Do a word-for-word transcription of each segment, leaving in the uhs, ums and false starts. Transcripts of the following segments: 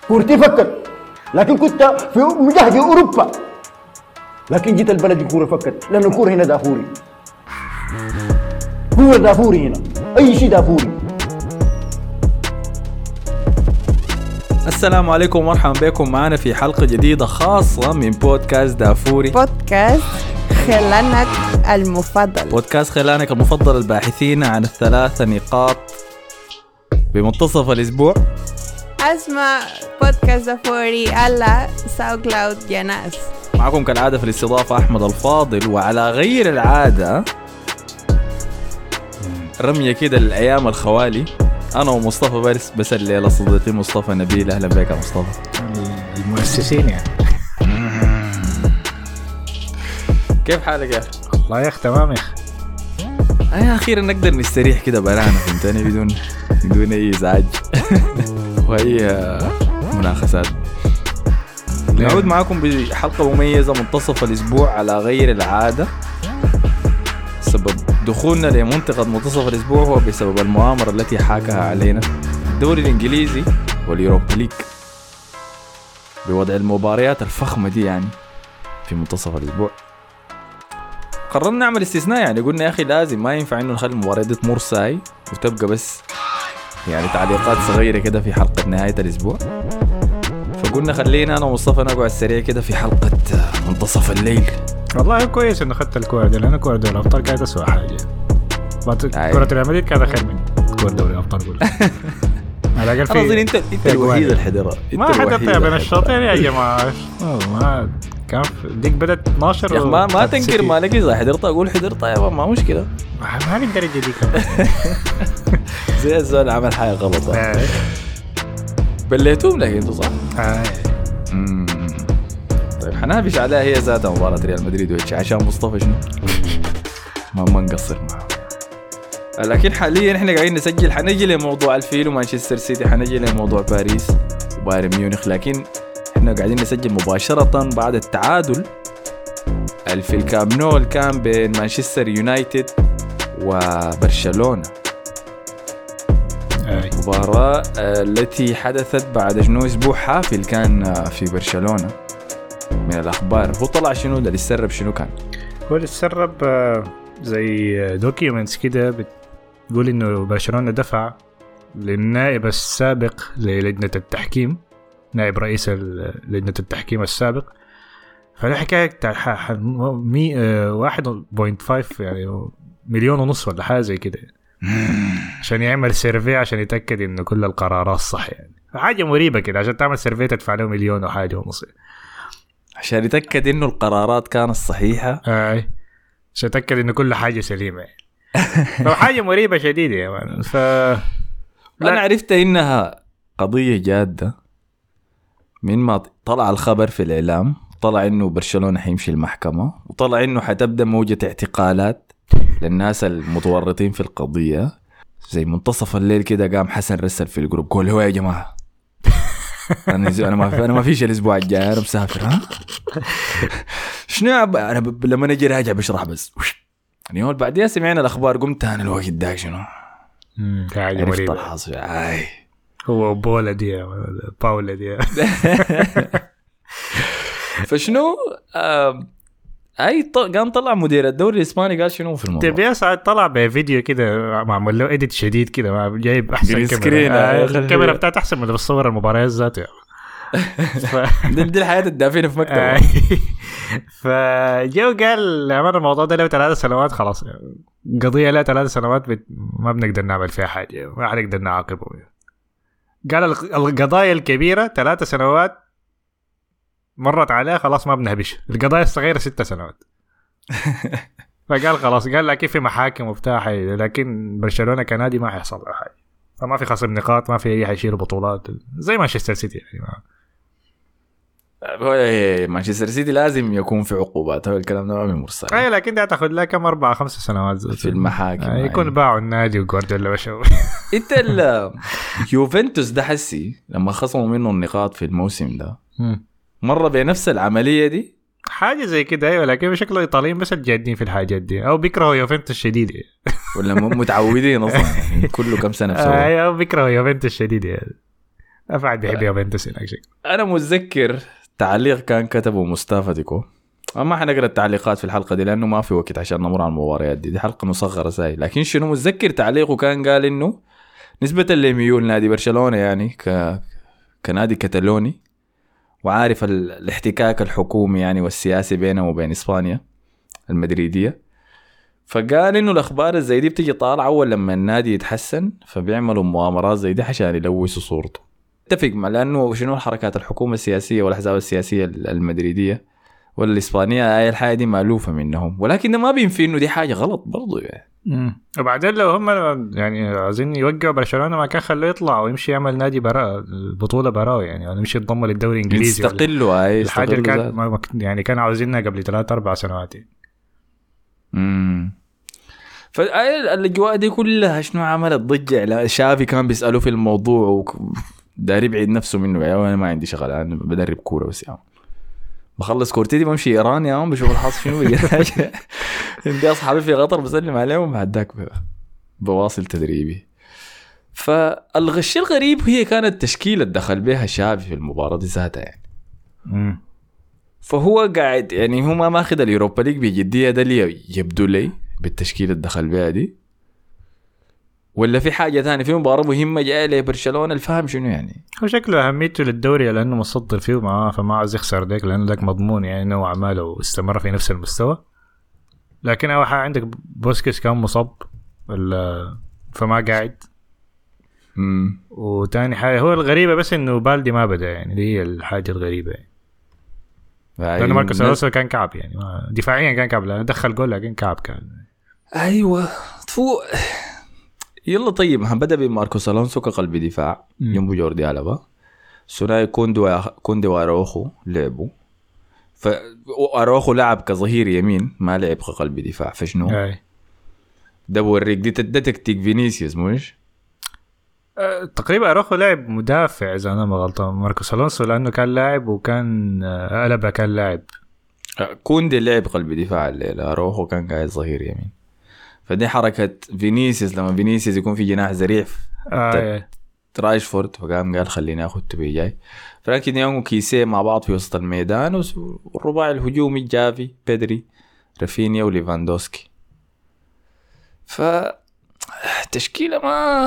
كورتي فكت، لكن كنت في مجهد أوروبا، لكن جيت البلد الكورة فكت لأن الكورة هنا دافوري، هو دافوري هنا، أي شيء دافوري. السلام عليكم ومرحبا بكم معنا في حلقة جديدة خاصة من بودكاست دافوري، بودكاست خلانك المفضل بودكاست خلانك المفضل الباحثين عن الثلاث نقاط بمنتصف الأسبوع. اسمع بودكاست دافوري على ساوند كلاود يا ناس. معكم كالعادة في الاستضافة أحمد الفاضل، وعلى غير العادة رمية كده الأيام الخوالي أنا ومصطفى بس بس الليلة صديقي مصطفى نبيل. أهلا بك يا مصطفى. المؤسسين يعني. كيف حالك يا أخي؟ الله يا أخي تمام يا أخي. أنا أخيرا نقدر نستريح كده برانا فهمتني بدون بدون أي إزعاج وأي مناقشات. نعود معكم بحلقة مميزة منتصف الأسبوع على غير العادة. سبب دخولنا لمنطقة منتصف الأسبوع هو بسبب المؤامرة التي حاكها علينا الدوري الإنجليزي واليوروبا ليج بوضع المباريات الفخمة دي يعني في منتصف الأسبوع. قررنا نعمل استثناء، يعني قلنا يا أخي لازم ما ينفع إنه نخلي المباريات دي تمر ساي وتبقى بس يعني تعليقات صغيرة كده في حلقة نهاية الأسبوع. فقلنا خلينا أنا ومصطفى نقعد سريع كده في حلقة منتصف الليل. والله كويس إنه خدت الكورة دي، لأن كورة دوري الأبطال كانت أسوأ حاجة. كورة ريال مدريد كانت خير من كورة دوري الأبطال كلها. على الأقل في أنا أظن أنت أنت الوحيد الحضرة. ما حدثت بين الشوطين يا جماعة. ما كان ديك بدأت اثناشر. يا أخي ما ما تنكر ما لقي إذا حضرت أقول حضرت يا ما مشكلة. ما بالدرجة دي زي الزول عمل حاجة غلط. بليتوم لكن أنتوا صح؟ آه. امم طيب حنابش عليها هي ذاتها مباراة ريال مدريد وإيش عشان مصطفى شنو؟ ما ما نقصر معه. لكن حاليا احنا قاعدين نسجل، حنجي لموضوع الفيل ومانشستر سيتي، حنجي لموضوع باريس وبايرن ميونخ، لكن احنا قاعدين نسجل مباشرة بعد التعادل في الكامب نو كان بين مانشستر يونايتد وبرشلونة. مباراة التي حدثت بعد شنو اسبوع حافل كان في برشلونة. من الأخبار هو طلع شنو اللي يسرب شنو كان؟ هو اللي يسرب زي دوكيومنتس كده بتقول إنه برشلونة دفع للنائب السابق للجنة التحكيم، نائب رئيس لجنة التحكيم السابق، فالحكاية مي واحد بوينت فايف يعني مليون ونص ولا حاجة زي كده عشان يعمل سيرفي عشان يتأكد إنه كل القرارات صح. يعني حاجة مريبة كده، عشان تعمل سيرفي تدفع له مليون وحاجة ونص عشان يتأكد إنه القرارات كانت صحيحة. آه. عشان يتأكد إنه كل حاجة سليمة. فحاجة مريبة شديدة يا مان. ف أنا عرفت إنها قضية جادة من ما طلع الخبر في الإعلام. طلع إنه برشلونة حيمشي المحكمة، وطلع إنه حتبدأ موجة اعتقالات للناس المتورطين في القضية. زي منتصف الليل كده قام حسن رسل في الجروب قول هو يا جماعة أنا أنا ما أنا ما فيش الأسبوع الجاي، أنا مسافر. ها شنو أنا ب... لما نجي راجع بشرح بس يعني. هو بعدين سمعنا الأخبار قمت أنا الوقت ده شنو حاجة مريبة. آي هو بولا دي باولا دي فشنو آه... اي ط... قام طلع مدير الدوري الاسباني قال شنو في الموضوع. تبي ساعد طلع بفيديو كده معمول له اديت شديد كده، جايب احسن كاميرا. الكاميرا بتاعت احسن من بتصور المباريات ذاتها. ف... دي, دي الحياة الدافئة في مكتبه. فجو قال عمل الموضوع ده له ثلاث سنوات خلاص، قضية له ثلاث سنوات بت... ما بنقدر نعمل فيها حاجة، ما حنقدر نعاقبه. قال القضايا الكبيرة ثلاث سنوات مرت عليه خلاص ما بنهبش، القضايا الصغيرة ستة سنوات. فقال خلاص، قال لكن في محاكم وبتاع، لكن برشلونة كنادي ما حيحصل له حاجة، فما في خصم نقاط، ما في أي حيشيل بطولات زي مانشستر سيتي يعني. هو مانشستر سيتي لازم يكون في عقوبات، هو الكلام ده ما بيمرسل. اي لكن ده تاخذ لك كم أربعة خمسة سنوات في المحاكم. آه يكون باعوا النادي وجوارديولا وشو. انت اليوفنتوس ده حسي لما خصموا منه النقاط في الموسم ده مرة بنفس العملية دي حاجة زي كده. ايوه لكن بشكل ايطاليين بس الجادين في الحاجات دي، او بيكرهوا يوفنتوس شديد ولا متعودين اصلا يعني كله كم سنة بسوي. ايوه بيكرهوا يوفنتوس شديد يعني. افعل بيحب يوفنتوس هناك شكل. انا متذكر تعليق كان كتبه مصطفى ديكو، ما حنقرا التعليقات في الحلقه دي لانه ما في وقت عشان نمر على المباريات دي، دي حلقه مصغره ساي. لكن شنو متذكر تعليقه كان قال انه نسبه لميول نادي برشلونه يعني ك كنادي كتالوني وعارف ال... الاحتكاك الحكومي يعني والسياسي بينه وبين اسبانيا المدريديه، فقال انه الاخبار زي دي بتيجي طالعه اول لما النادي يتحسن، فبيعملوا مؤامرات زي دي عشان يلوثوا صورته. اتفق مع لانه شنو الحركات الحكومه السياسيه والاحزاب السياسيه المدريديه ولا الاسبانيه هاي الحاجه دي مالوفه منهم، ولكن ما بينفي انه دي حاجه غلط برضو يعني. امم وبعدين لو هم يعني عايزين يوقعوا برشلونه ما كان خلوه يطلع ويمشي يعمل نادي براء البطوله براء يعني، ولا يمشي ينضم للدوري الانجليزي يستقلوا هاي الحاجه اللي كان ما يعني كان عاوزينها قبل ثلاث اربع سنوات. امم فالاجواء دي كلها شنو عملت ضجه؟ شافي كان بيسالوا في الموضوع وداري يبعد نفسه منه يعني، انا ما عندي شغل انا بدرب كوره بس يعني بخلص كورتي دي بمشي ايران يا عم بشوف الحظ شنو بيجي. عندي اصحابي في قطر بسلم عليهم وبعد ذاك بواصل تدريبي. فالغش الغريب هي كانت تشكيله دخل بها شافي في المباراه دي ذاتها يعني. امم فهو قاعد يعني هو ما ماخذ اليوروبا ليج بجديه، ده اللي يبدو لي بالتشكيله الدخل بها دي، ولا في حاجه ثانيه في مباراه مهمه جايه لبرشلونه الفهم شنو يعني؟ هو شكله اهميته للدوري لانه مصدر فيه معاه، فما عايز يخسر ذاك لانه ذاك مضمون يعني نوعا ما لو استمر في نفس المستوى. لكن اول حاجه عندك بوسكيتس كان مصاب فما قاعد. امم وتاني حاجه هو الغريبه بس انه بالدي ما بدا يعني، دي هي الحاجه الغريبه يعني. لانه ماركوس ألونسو كان كعب يعني دفاعيا كان كعب، لانه دخل جول لكن كعب كان. ايوه فو يلا طيب هم بدا بماركوس ألونسو كقلب دفاع جنبه جوردي ألبا، سوناي كوندو كوندي واروخو لعبوا، فاروخو لعب كظهير يمين ما لعب كقلب دفاع. فشنو اي ده بوريك دي تكتيك فينيسيوس مش أه تقريبا اروخو لعب مدافع اذا انا ما غلطان ماركوس ألونسو لانه كان لاعب وكان ألبا كان لاعب. كوندي لعب قلب دفاع الليله، اروخو كان قاعد ظهير يمين. فدي حركة فينيسيوس لما فينيسيوس يكون في جناح زريع آه رايشفورد فقام قال خليني أخذ تبي جاي، فلكن يوم كيسي مع بعض في وسط الميدان والرباع الهجومي جافي بيدري رافينيا وليفاندوسكي. فتشكيلة ما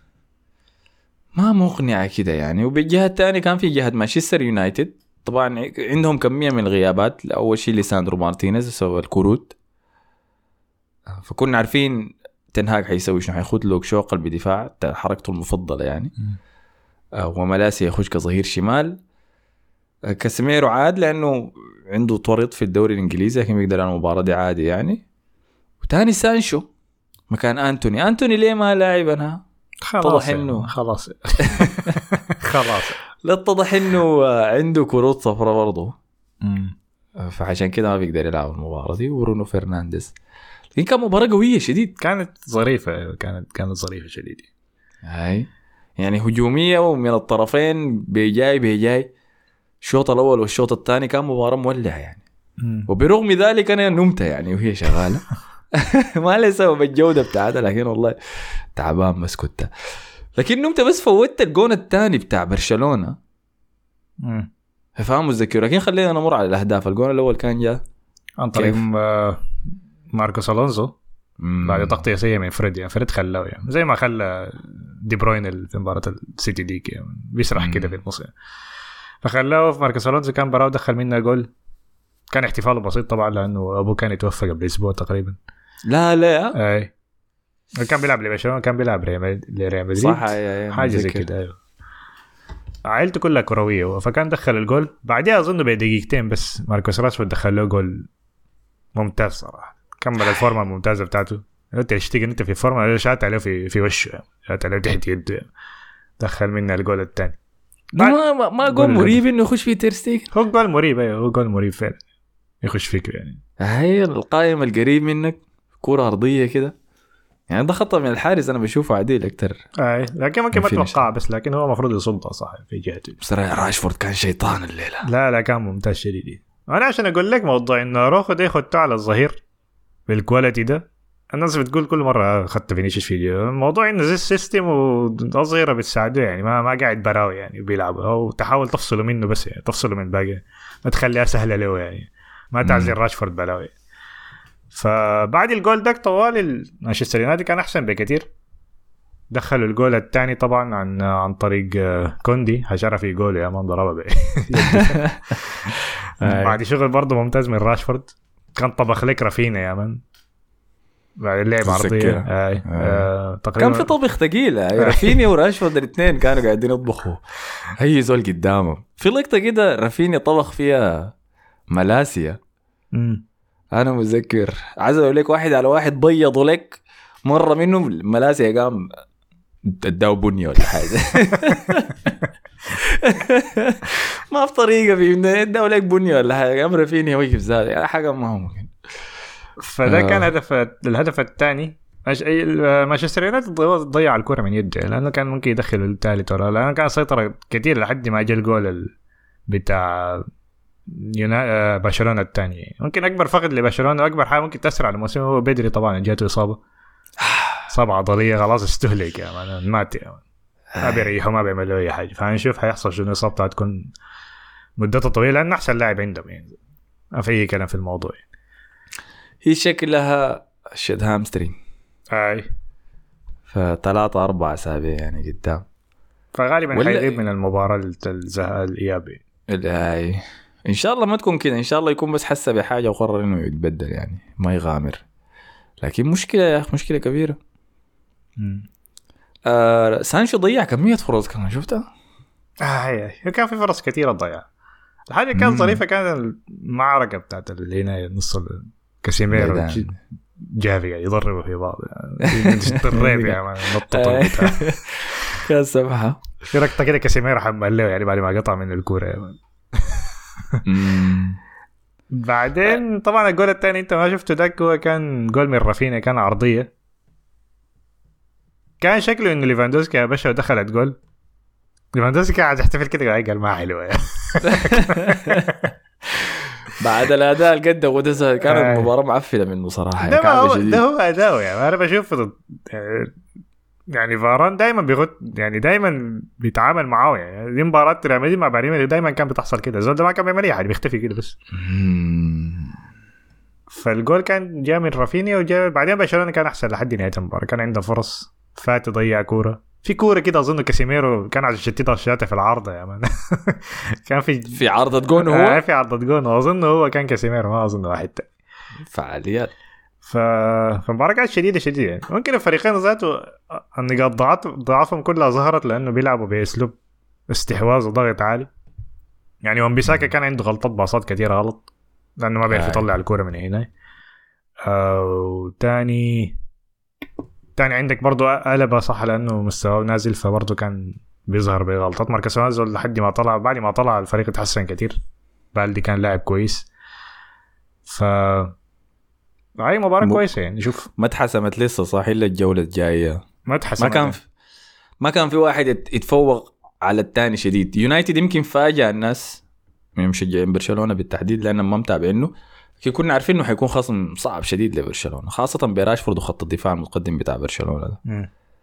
ما مقنعة كده يعني. وبالجهة الثانية كان في جهة مانشستر يونايتد طبعا عندهم كمية من الغيابات. أول شيء ليساندرو مارتينيز بسبب الكروت، فكنا عارفين تنهاج حيسوي شنو، حيخد لوك شو قلب دفاع حركته المفضلة يعني، وملاسي يخش كظهير شمال. كاسيميرو عاد لأنه عنده طريق في الدوري الإنجليزي لكن بيقدر على المباراة دي عادي يعني. وتاني سانشو مكان أنتوني. أنتوني ليه ما لاعبنا؟ خلاص إنه خلاص خلاص لا اتضح إنه عنده كروت صفرة برضه، فعشان كده ما بيقدر يلعب المباراة دي. ورونو فرنانديز لكن كان مباراة قوية شديد، كانت ظريفة كانت كانت ظريفة شديدة هاي يعني هجومية ومن الطرفين بيجاي بيجاي. الشوط الأول والشوط الثاني كان مباراة مولعة يعني. م. وبرغم ذلك أنا نمت يعني وهي شغالة ما لي سبب الجودة بتاعتها لكن والله تعبان مسكتها. لكن نمت بس فوتت الجون الثاني بتاع برشلونة فاهم الذكر. لكن خلينا نمر على الأهداف. الجون الأول كان جاء عن طريق ماركوس ألونسو بعد تغطية سيئة من فريد يعني. فريد خلاه يعني زي ما خلى دي بروين في مباراة السيتي دي يعني بيسرح كده في النص يعني. فخلاه في ماركوس ألونسو كان براو دخل منه جول. كان احتفاله بسيط طبعا لأنه أبوه كان يتوفى قبل أسبوع تقريبا. لا لا أي كان بيلعب لبرشلونة كان بيلعب لريال مدريد صح حاجة زي كده أيوه. عائلته كلها كروية فكان دخل الجول. بعدها أظن بدقيقتين بس ماركوس راشفورد دخل له جول ممتاز صراحة. كمل الفورمة الممتازة بتاعته. انت اشتغل انت في فورمة شات عليه في في وشه شات عليه تحت يده دخل منه الجول الثاني. ما ما, ما جول مريب انه يخش في تيرستيك. هو جول مريب ايوه هو جول مريب فعلا يخش فيك يعني. هاي القائم القريب منك كرة أرضية كده يعني. ده خطأ من الحارس أنا بشوفه عديل أكتر. اي لكن ما كان متوقع بس لكن هو مفروض يصدها صح في جهته. بصراحة راشفورد كان شيطان الليلة. لا لا كان ممتاز شديد. انا عشان اقول لك موضوع انه اروخو ده يخد على الظهير بالكواليتي ده الناس بتقول كل مره اخذت فينيسيوس فيديو الموضوع انه زي السيستم وصغيره بتساعده يعني ما ما قاعد براوي يعني بيلعب او تحاول تفصله منه بس يعني تفصله من باقي ما تخليها سهله له يعني ما تعزل راشفورد بلاوي. فبعد الجول ده طوال مانشستر يونايتد كان احسن بكثير. دخلوا الجول الثاني طبعا عن عن طريق كوندي حشره في جول يا مان ضربه بعد شغل برضه ممتاز من راشفورد كان طبخ لك رافينا يا مان بعد اللعب عرضيه آه. آه. تقريبا كان في طبخ ثقيل رافينيا وراشفورد الاثنين كانوا قاعدين يطبخوا هي زول قدامهم. في لقطه كده رافينيا طبخ فيها ملاسيا م. انا متذكر عزلوا لك واحد على واحد بيضوا لك مره منهم ملاسيا قام اداو بني ولا حاجه ما في طريقه في اداو لك بني ولا حاجه قام رافينيا وقف زاد حاجه ما هو ممكن. فده كان هدف الهدف الثاني. مانشستر يونايتد ضيع الكرة من يده لأنه كان ممكن يدخل الثالث ولا لأنه كان سيطرة كتير لحد ما جاء الجول بتاع يونا... برشلونة الثاني. ممكن أكبر فقد لبرشلونة وأكبر حاجة ممكن تأثر على الموسم هو بدري طبعا جاته إصابة إصابة عضلية خلاص استهلك يا مان مات يا مان ما بيريحه ما بيعملوا أي حاجة. فهنشوف هيحصل شنو إصابته هتكون مدتها طويلة لأنه أحسن لاعب عندهم يعني ما في أي كلام في الموضوع يعني. هي شكلها شد هامسترينج اي فثلاثة أربعة أسابيع يعني قدام فغالبا حيغيب من المباراة الإيابي. اي إن شاء الله ما تكون كده إن شاء الله يكون بس حس بحاجة وقرر إنه يتبدل يعني ما يغامر. لكن مشكلة يا أخي مشكلة كبيرة. آه سانشو ضيع كمية فرص كمان شفتها. آه هي كان في فرص كثيرة ضيع. الحاجة كانت ظريفة كانت المعركة بتاعت اللي هنا نص كاسيميرو جافي يعني يضربه في بعض يعني الريب يعني نططه بتاع كان سبحة في ركضة كده كاسيميرو حمل له يعني بعد ما قطع من الكورة يعني. بعدين طبعا الجول الثاني انت ما شفته داك هو كان جول من رافينيا كان عرضية كان شكله انه ليفاندوسكي يا باشا دخلت جول ليفاندوسكي قاعد يحتفل كده قال ما حلوة يعني. بعد الأداء القد وده كانت آه. مباراة معفنة منه صراحة ده هو ده هو أداءه يعني أنا بشوف يعني فاران دايما بيغط يعني دايما بيتعامل معاه يعني دي مباراة ريال مدريد مع بايرن دايما كان بتحصل كده زول ده ما كان بيعمل أي حاجة بيختفي كده بس. فالجول كان جاء من رافينيا وجاء بعدين برشلونة كان أحسن لحد نهاية المباراة كان عنده فرص فات ضيع كورة في كورة كده أظن كاسيميرو كان على شتيت الشاتة في العارضة يا مان كان في في عارضة جون هو آه في عارضة جون وأظن هو كان كاسيميرو ما أظن واحد تاني فعاليات. ف فمباراة كانت شديدة شديدة يعني. ممكن الفريقين ذاته النقاط ضعف ضعفهم كلها ظهرت لأنه بيلعبوا بأسلوب استحواذ وضغط عالي يعني. وانبيساكا كان عنده غلطات باصات كثيرة غلط لأنه ما بيعرف يطلع الكورة من هنا. وتاني تاني عندك برضو قلبة صح لأنه مستواه نازل فبرضو كان بيظهر بغلطات ماركوس نازل لحد ما طلع بعد ما طلع الفريق تحسن كتير بالدي كان لاعب كويس. ف هاي مباراة م... كويسة يعني. شوف ما تحسمت لسه صح إلا الجولة الجاية ما تحسمت ما كان في... ما كان في واحد يتفوق على الثاني شديد. يونايتد يمكن فاجأ الناس من مشجعين برشلونة بالتحديد لأنهم ما متابعينه كي كنا عارفين إنه حيكون خصم صعب شديد لبرشلونة خاصة براشفورد وخط الدفاع المتقدم بتاع برشلونة ده م.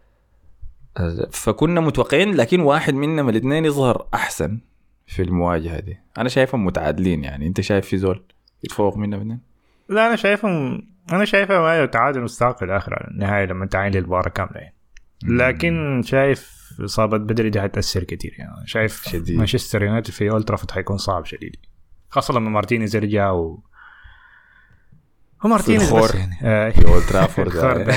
فكنا متوقعين لكن واحد منهم الاثنين يظهر أحسن في المواجهة دي. أنا شايفهم متعادلين يعني. أنت شايف في زول يتفوق منهم الاثنين؟ لا أنا شايفهم أنا شايفهم ما تعادل مستحق في الآخر على النهاية لما تعين للمباراة كاملة يعني. لكن شايف إصابة بدري دي هتأثر كتير يعني. شايف مانشستر يونايتد في أولد ترافورد حيكون صعب شديد خاصة لما مارتينيز يرجع و هو مارتينيز بس يعني آه. في أولد ترافورد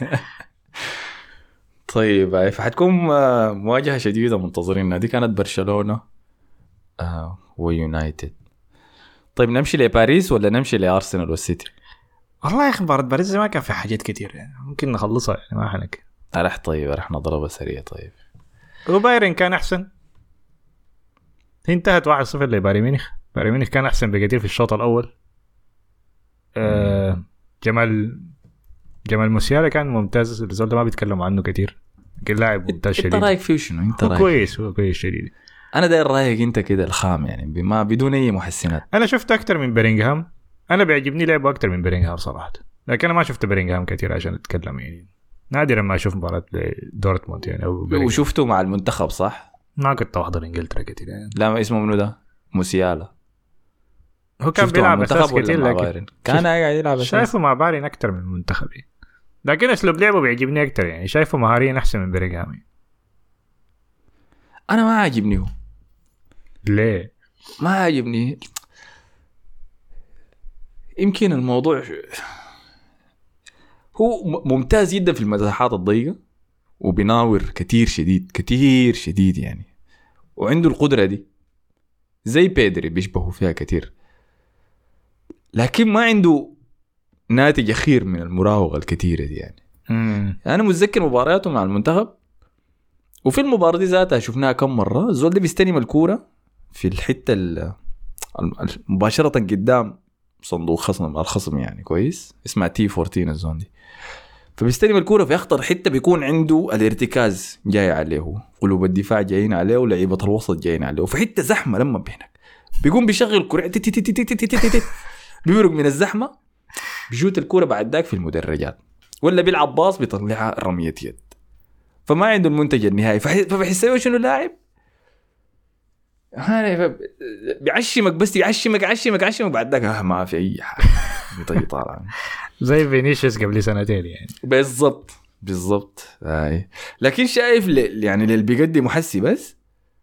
طيب فحتكون مواجهة شديدة منتظرين. دي كانت برشلونة آه ويونايتد. طيب نمشي لباريس ولا نمشي لأرسنال والسيتي؟ والله يا أخي مباراة باريس ما كان في حاجات كتير يعني ممكن نخلصها يعني ما حنك رح طيب رح نضربها سريع. طيب وبايرن كان أحسن انتهت واحد صفر لبايرن ميونخ. بايرن ميونخ كان أحسن بكتير في الشوط الأول. آه جمال جمال موسيالا كان ممتاز الزول ده ما بيتكلموا عنه كتير كان لاعب ممتاز شديد. انت رايك فيه شنو؟ انت رايك كويس هو كويس شديد. انا داير رايك انت كده الخام يعني بما بدون اي محسنات. انا شفت اكتر من بيرينغهام. انا بيعجبني لعبه اكتر من بيرينغهام صراحه. لكن انا ما شفت بيرينغهام كثير عشان اتكلم يعني. نادرا ما اشوف مباراه دورتموند يعني او بيرينغهام. وشفته مع المنتخب صح؟ ما كنت احضر انجلترا كثير يعني. لا ما اسمه منو ده؟ موسيالا. هو كان بيلعب اساس كثير لكن كان قاعد يلعب اساس. شايفه مع بايرن اكثر من المنتخب يعني. لكن اسلوب لعبه بيعجبني اكثر يعني. شايفه مهاريا احسن من بيرينغهام يعني. انا ما عاجبني هو. ليه؟ ما عاجبني. يمكن الموضوع هو ممتاز جدا في المساحات الضيقة وبيناور كتير شديد كتير شديد يعني، وعنده القدرة دي زي بيدري بيشبهه فيها كتير، لكن ما عنده ناتج أخير من المراوغة الكتيرة دي يعني. مم. أنا متذكر مبارياته مع المنتخب، وفي المباراة دي ذاتها شفناها كم مرة. الزول ده بيستلم الكورة في الحتة مباشرة قدام صندوق خصم الخصم يعني كويس، اسمها تي أربعتاشر الزون دي. فبيستلم الكورة في أخطر حتة بيكون عنده الارتكاز جاي عليه، قلوب الدفاع جايين عليه ولعيبة الوسط جايين عليه، وفي حتة زحمة لما بينك بيقوم بيشغل الكورة بيورق من الزحمة، بيجوت الكورة بعد ذاك في المدرجات، ولا بيلعب باص بيطلعها رمية يد. فما عنده المنتج النهائي. فبحسه شنو لاعب هاي بيعشمك بس يعشمك عشمك عشمك بعد ذاك آه ما في أي حاجة بيطلع طالع زي فينيسيوس قبل سنتين يعني. بالضبط بالضبط هاي. لكن شايف ل... يعني اللي بيقدم محسي بس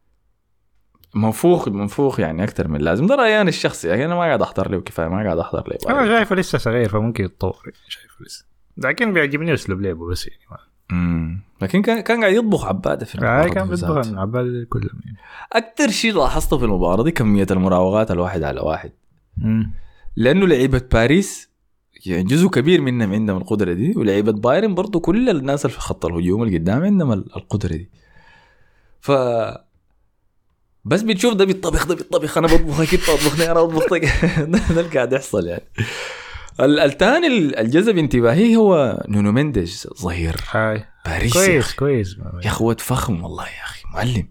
منفوخ منفوخ يعني أكتر من لازم. ده رأيي أنا الشخصي يعني. أنا ما قاعد أحضر له كفاية، ما قاعد أحضر له. أنا شايفه لسه صغير فممكن يتطور شايفه لسه، لكن بيعجبني أسلوب لعبه بس يعني. امم لكن كان كان قاعد يطبخ عباده في المباراه. كان بيطبخ عباده كلهم يعني. اكثر شيء لاحظته في المباراه دي كميه المراوغات الواحد على واحد. امم لانه لعيبه باريس يعني جزء كبير منهم عندهم القدره دي، ولعيبه بايرن برضو كل الناس اللي في خط الهجوم اللي قدام عندهم القدره دي. ف بس بتشوف ده بيطبخ ده بيطبخ انا بطبخ اكيد بطبخني انا بطبخ ده اللي قاعد يحصل يعني. الثاني الجذب انتباهي هو نونو مينديز ظهير هاي باريس. كويس كويس يا اخوات فخم والله يا اخي معلم.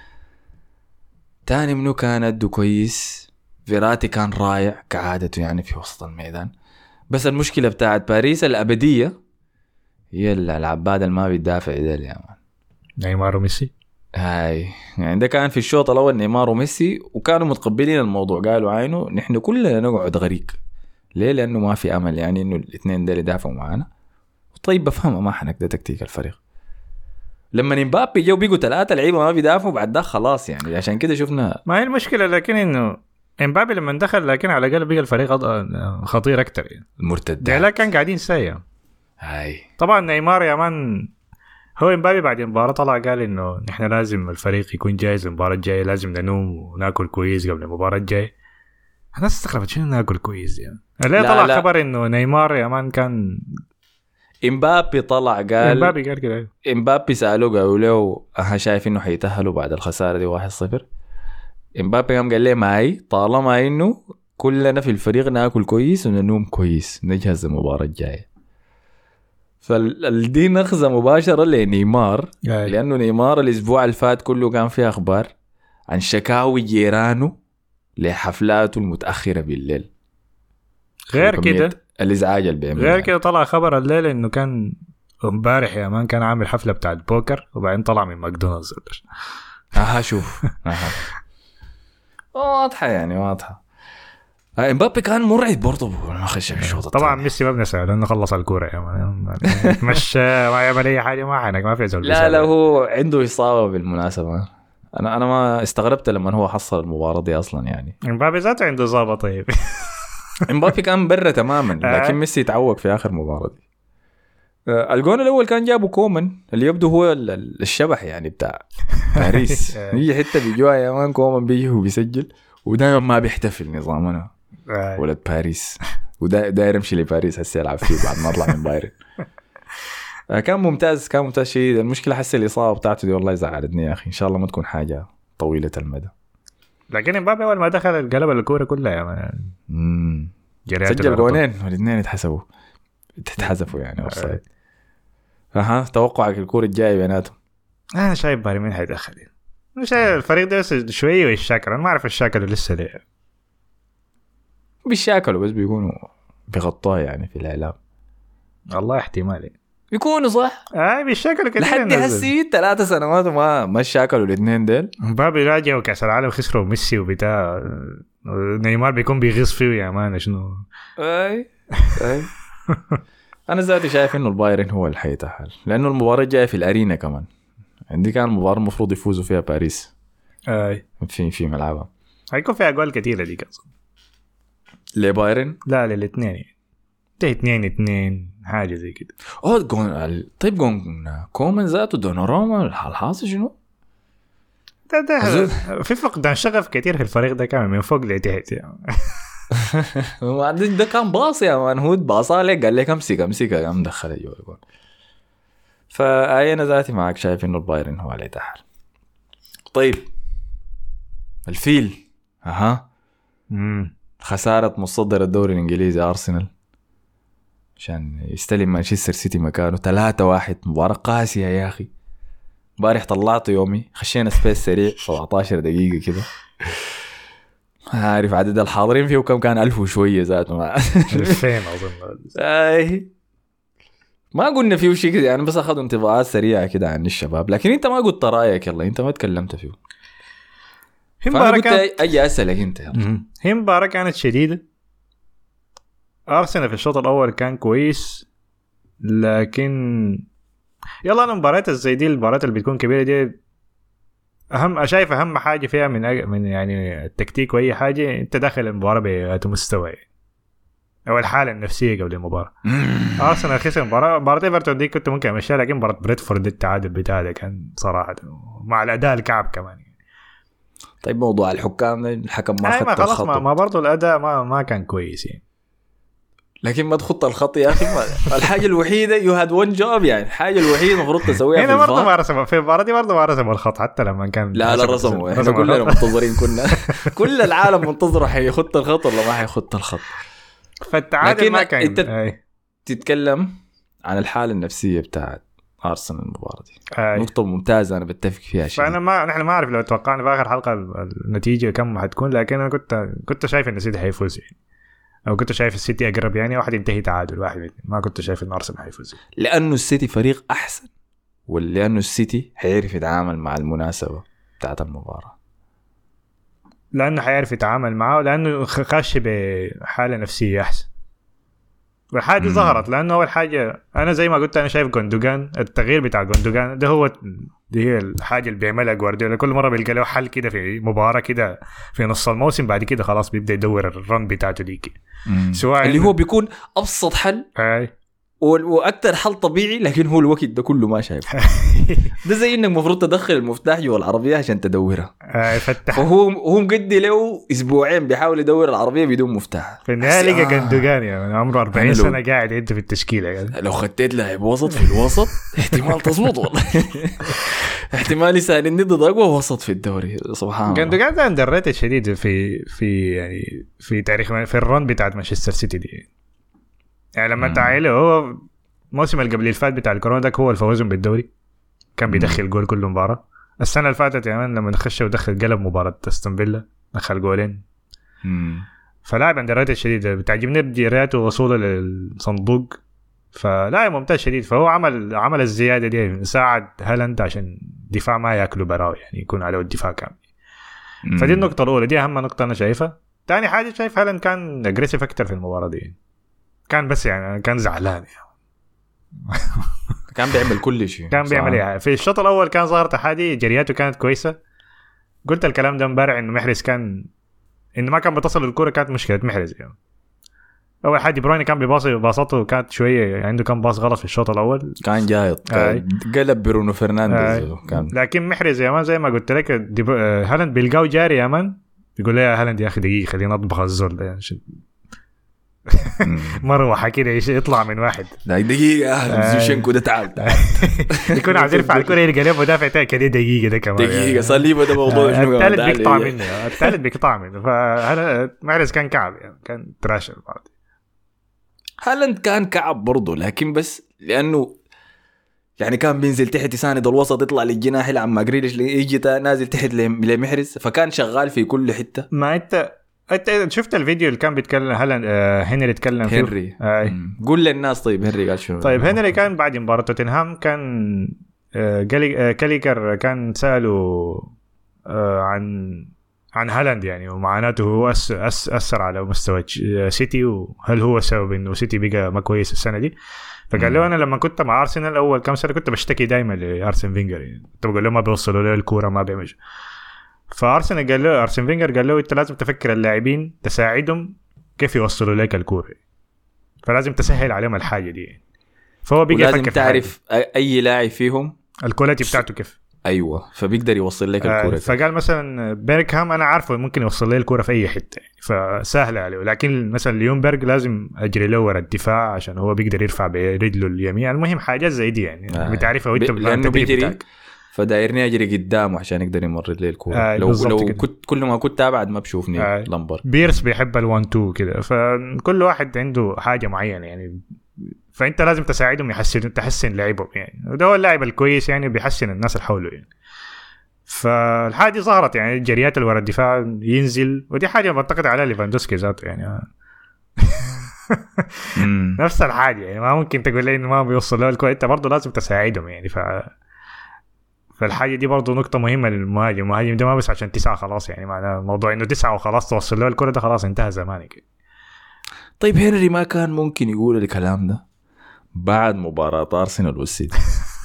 تاني منو كان أدو كويس، فيراتي كان رائع كعادته يعني في وسط الميدان. بس المشكلة بتاعت باريس الأبدية هي العباد اللي ما بيدافع ديل يا مان. نيمار وميسي هاي يعني ده كان في الشوط الأول نيمار وميسي، وكانوا متقبلين الموضوع. قالوا عينه نحن كلنا نقعد غريق. ليه؟ لأنه ما في أمل يعني إنه الاثنين ديل يدافعوا معنا. طيب بفهمه ما حنقدر تكتيك الفريق. لما امبابي جو بيجوا ثلاثة لعيبة ما بيدافعوا بعد ده خلاص يعني. عشان كده شفنا ما هي المشكلة. لكن إنه امبابي لما دخل لكن على الأقل بقى الفريق خطير أكتر يعني. المرتدات ده لا كان قاعدين سايا. هاي طبعا نيمار يا مان هو امبابي بعد المباراة طلع قال إنه نحن لازم الفريق يكون جاهز المباراة الجاية، لازم ننوم وناكل كويس قبل المباراة الجاية. أنا استغربت شنو ناكل كويس يعني. ليه طلع لا. خبر إنه نيمار يا مان كان امبابي طلع قال امبابي قال كده. امبابي سألوه قالوا له أها شايف إنه حيتأهلوا بعد الخسارة دي واحد صفر. امبابي قام قال لي معي طالما إنه كلنا في الفريق ناكل كويس وننوم كويس نجهز المباراة الجاية. فالدي نخزة مباشرة لنيمار يعني. لأنه نيمار الأسبوع الفات كله كان فيه أخبار عن شكاوي جيرانه لحفلاته المتأخرة بالليل. غير كده الازعاج اللي بيعمل غير كده طلع خبر الليل انه كان امبارح يا مان كان عامل حفله بتاعت بوكر وبعدين طلع من ماكدونالدز. اها شوف اها واضحه يعني واضحه. امبابي كان مرعب برضه ما خش في الشوط. طبعا ميسي ما بنسى لانه خلص الكوره يا مان مش ما يعمل اي حاجه ما حنك ما في زول. لا لا هو عنده اصابه بالمناسبه. انا انا ما استغربت لما هو حصل المباراه دي اصلا يعني. امبابي ذاته عنده اصابه. طيب امبابي كان برا تماما لكن ميسي تعوق في اخر مباراه دي. الجون الاول كان جابه كومان اللي يبدو هو الشبح يعني بتاع باريس. هي حته بيجوا يا مان كومان بيجي وبيسجل ودائما ما بيحتفل نظامنا ولد باريس وداير يمشي لباريس هسه يلعب فيه بعد ما طلع من بايرن. كان ممتاز كان ممتاز شديد. المشكله حس الاصابه بتاعته دي والله زعلتني يا اخي. ان شاء الله ما تكون حاجه طويله المدى. لكن امبابي اول ما دخل قلب الكوره كلها يا مان. امم سجل جونين والاثنين اتحسبوا تتحذفوا يعني اوفسايد. اها توقعك الكوره الجايه بيناتهم؟ انا شايف بايرن مين حيدخل. انا شايف الفريق ده شويه والشاكل انا ما اعرف الشاكل لسه ليه بيشاكلوا بس بيكونوا بيغطوها يعني في الاعلام. والله احتمال يكونوا صح. اي بالشكل كده لحد هسي ثلاثة سنوات وما ما شاكلوا الاثنين ديل. مبابي راجعوا كاس العالم خسروا ميسي وبتاع نيمار بيكون بيغيظ فيه يا مان شنو. اي اي انا ذاتي شايف انه البايرن هو اللي حيتأهل لانه المباراة جايه في الارينا كمان. عندي كان المباراة المفروض يفوزوا فيها باريس اي في في ملعبها هيكون فيها جوال كتيرة دي كاس لبايرن. لا للاثنين ده اثنين اثنين حاجة زي كده. اوه جون طيب جون كومان ذاته دوناروما الحاصل شنو ده ده في فقدان شغف كتير في الفريق ده كمان من فوق لتحت يعني. ده كان باص يا مان هود باصالي قال لك امسك امسك قام دخل الجول. فانا ذاتي معك شايف انه البايرن هو اللي يتأهل. طيب الفيل اها امم خسارة مصدر الدوري الانجليزي ارسنال عشان يستلم مانشستر سيتي مكانه ثلاثة واحد. مباراة قاسية يا اخي. بارح طلعت يومي خشينا سبيس سريع سبعة عشر دقيقة كده. عارف عدد الحاضرين فيه كم كان؟ ألف وشوية ذاته مع ألفين أظن. أي ما قلنا فيه شيء كده يعني بس أخذوا انطباعات سريعة كده عن الشباب. لكن أنت ما قلت رأيك يلا أنت ما تكلمت فيه. فأنا قلت أي أسألك أنت يلا. هي مباراة كانت شديدة. أرسنال في الشوط الأول كان كويس لكن يلا أنا مباريات زي دي المباريات اللي بتكون كبيرة دي أهم شايف أهم حاجة فيها من أج... من يعني التكتيك وأي حاجة أنت داخل المباراة بهذا مستوى أو الحالة النفسية قبل المباراة. أرسنال خسر مباراة مباراة إيفرتون دي كنت ممكن أمشيها لكن مباراة بريدفورد التعادل بتاعها كان صراحة مع الأداء الكعب كمان. طيب موضوع الحكام الحكم ما خط الخط ما, ما برضو الأداء ما ما كان كويس يعني. لكن ما تخط الخط يا أخي. الحاجة الوحيدة you had one job يعني الحاجة الوحيدة المفروض تسويها هنا برضو ما رسموا في المباراة دي برضو ما رسموا الخط حتى لما كان لا لا رسموا احنا كلنا منتظرين كنا كل العالم منتظر حيخط الخط ولا ما حيخط الخط. فالتعادل ما كان انت أي. تتكلم عن الحالة النفسية بتاعت أرسنال المباراة دي أي. نقطة ممتازة أنا بتفق فيها شيء. فأنا ما نحن ما أعرف لو توقعنا في آخر حلقة النتيجة كم حتكون لكن أنا كنت كنت شايف إن السيتي حيفوز يعني. أو كنت شايف السيتي أقرب يعني واحد ينتهي تعادل واحد ما كنت شايف إن أرسنال حيفوز لأنه السيتي فريق أحسن ولا لأنه السيتي حيعرف يتعامل مع المناسبة بتاعت المباراة. لأنه حيعرف يتعامل معه لأنه خاش بحالة نفسية أحسن والحاجة ظهرت لأنه أول حاجة أنا زي ما قلت أنا شايف جوندوغان التغيير بتاع جوندوغان ده هو دي هي الحاجة اللي بيعملها جوارديولا كل مرة بيلقى له حل كده في مباراة كده في نص الموسم بعد كده خلاص بيبدأ يدور الرن بتاعته ديك سواء اللي هو بيكون أبسط حل أي. وأكتر حل طبيعي لكن هو الوقت ده كله ما شايفه. ده زي إنك مفروض تدخل المفتاح جوا العربية عشان تدورها وهو هو مقدي له أسبوعين بيحاول يدور العربية بدون مفتاح. في النهاية لقى جندوغان يعني عمره أربعين سنة قاعد أنت في التشكيلة يعني. لو خدت لاعب وسط في الوسط احتمال تظبط والله. احتمال يسأل إني ضد أقوى وسط في الدوري سبحان الله. جندوغان ده اندريتد شديد في في يعني في تاريخ في الرن بتاعت مانشستر سيتي دي يعني لما تعايله هو موسم اللي قبل الفات بتاع الكورونا ده هو الفوزهم بالدوري كان بيدخل جول كل مباراة. السنة اللي فاتت يعني لما نخش ودخل قلب مباراة استون فيلا دخل جولين. فلاعب اندريتد شديد بتعجبني جرياته ووصوله للصندوق فلا ممتاز شديد. فهو عمل عمل الزيادة دي ساعد هالاند عشان دفاع ما ياكلوا براو يعني يكون عليه الدفاع كامل. فدي النقطة الأولى دي أهم نقطة أنا شايفها. تاني حاجة شايف هالاند كان أجريسيف أكتر في المباراة دي كان بس يعني كان زعلان يعني. كان بيعمل كل شيء كان بيعمل ايه في الشوط الاول كان ظهرت حادي جرياته كانت كويسه. قلت الكلام ده امبارح انه محرز كان انه ما كان بتصل الكره كانت مشكله محرز يعني. اول حاجه بروين كان بيباصي باصاته كانت شويه عنده كان باص غلط في الشوط الاول كان جايط آه. قلب برونو فرنانديز آه. كان لكن محرز يا مان زي ما قلت لك هالاند بيلقاو جاري يا مان بيقول لي يا هالاند يا اخي دقيقه خلينا نطبخ الزول ده عشان مروحة كده يطلع من واحد دقيقة زيشنكو ده تعال يكون عايز يرفع الكرة يلقى له مدافع تاني كده دقيقة ده كمان دقيقة صليبة ده موضوع الثالث بيقطع منه الثالث بيقطع منه. فهذا محرز كان كعب يعني كان تراشر بعد. هالاند كان كعب برضه لكن بس لأنه يعني كان بينزل تحت يساند الوسط يطلع للجناح يلعب مع جريليش يجي نازل تحت لمحرز فكان شغال في كل حتة. ما انت انت شفت الفيديو اللي كان بيتكلم هلا آه هنري يتكلم فيه هنري آه. قول للناس طيب هنري قال شنو؟ طيب هنري كان بعد مباراة توتنهام كان آه آه كاليكر كان سأله آه عن عن هالاند يعني ومعاناته هو أس أس أثر على مستوى سيتي وهل هو سبب إنه سيتي بقى ما كويس السنة دي. فقال له أنا لما كنت مع أرسنال أول كم سنة كنت بشتكي دايما لأرسن فينجر يعني كنت بقول له ما بيوصلوا له الكورة ما بيعمل. فأرسنال قال له أرسن فينجر قال له أنت لازم تفكر اللاعبين تساعدهم كيف يوصلوا لك الكورة فلازم تسهل عليهم الحاجة دي يعني. فهو بيجي لازم تعرف أي لاعب فيهم الكواليتي بتاعته كيف. ايوه فبيقدر يوصل لك الكوره. آه فقال مثلا بيركهام انا عارفه ممكن يوصل لي الكوره في اي حته فسهله عليه. لكن مثلا ليونبرغ لازم اجري له ورا الدفاع عشان هو بيقدر يرفع برجله اليمين. المهم حاجات زي دي يعني آه. بتعرفها وانت لانه بيجري فدايرني اجري قدامه عشان يقدر يمرر لي الكوره. آه لو لو كنت كل ما كنت ابعد ما بشوفني آه. لامبر بيرس بيحب الوان تو كده فكل واحد عنده حاجه معينه يعني فانت لازم تساعدهم يحسن تحسن لعبهم يعني. وده هو اللاعب الكويس يعني بيحسن الناس اللي حوله يعني. فالحاجه ظهرت يعني الجريات اللي ورا الدفاع ينزل ودي حاجه بعتقد على ليفاندوسكي ذاته يعني نفس الحاجه يعني ما ممكن تقول لي انه ما بيوصل له الكوره انت برضه لازم تساعدهم يعني. ف فالحاجه دي برضه نقطه مهمه للمهاجم. المهاجم ده ما بس عشان تسعه خلاص يعني معناه الموضوع انه تسعه وخلاص توصل له الكوره ده خلاص انتهى زمانك. طيب هنري ما كان ممكن يقول الكلام ده بعد مباراة أرسنال والسيتي؟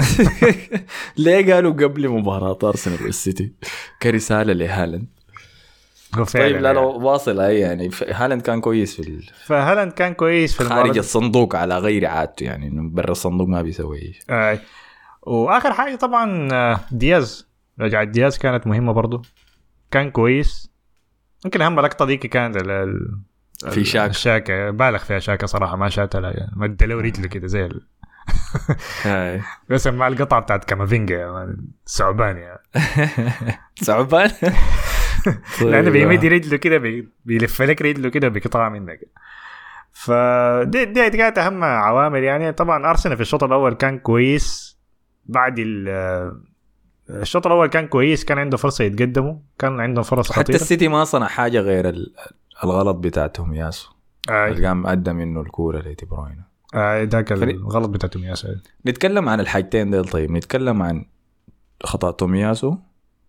ليه قالوا قبل مباراة أرسنال والسيتي كرسالة لهالاند؟ طيب لا لو واصل أي يعني هالاند كان كويس في ال... فهالاند كان كويس في خارج الصندوق على غير عادته يعني برا الصندوق ما بيسوي آه. وآخر حاجة طبعا دياز رجع دياز كانت مهمة برضو كان كويس. يمكن أهم لقطة ديك كانت ال في شاك الشاكة بالغ فيها شاكة صراحة ما شاتها لا يعني مد له رجله كده زي ال... هاي بس مع القطعة بتاعت كامافينجا ثعبان يعني ثعبان لأنه بيمد رجله كده بي... بيلف لك رجله كده بقطعة منك. فدي دي كانت أهم عوامل يعني. طبعا أرسنال في الشوط الأول كان كويس بعد ال الشوط الأول كان كويس كان عنده فرصة يتقدموا كان عنده فرص خطيرة. حتى السيتي ما صنع حاجة غير ال... الغلط بتاعتهم ياسو اللي قام قدم انه الكوره لدي بروين آه ذاك الغلط بتاع تومياسو. نتكلم عن الحاجتين دول. طيب نتكلم عن خطأ تومياسو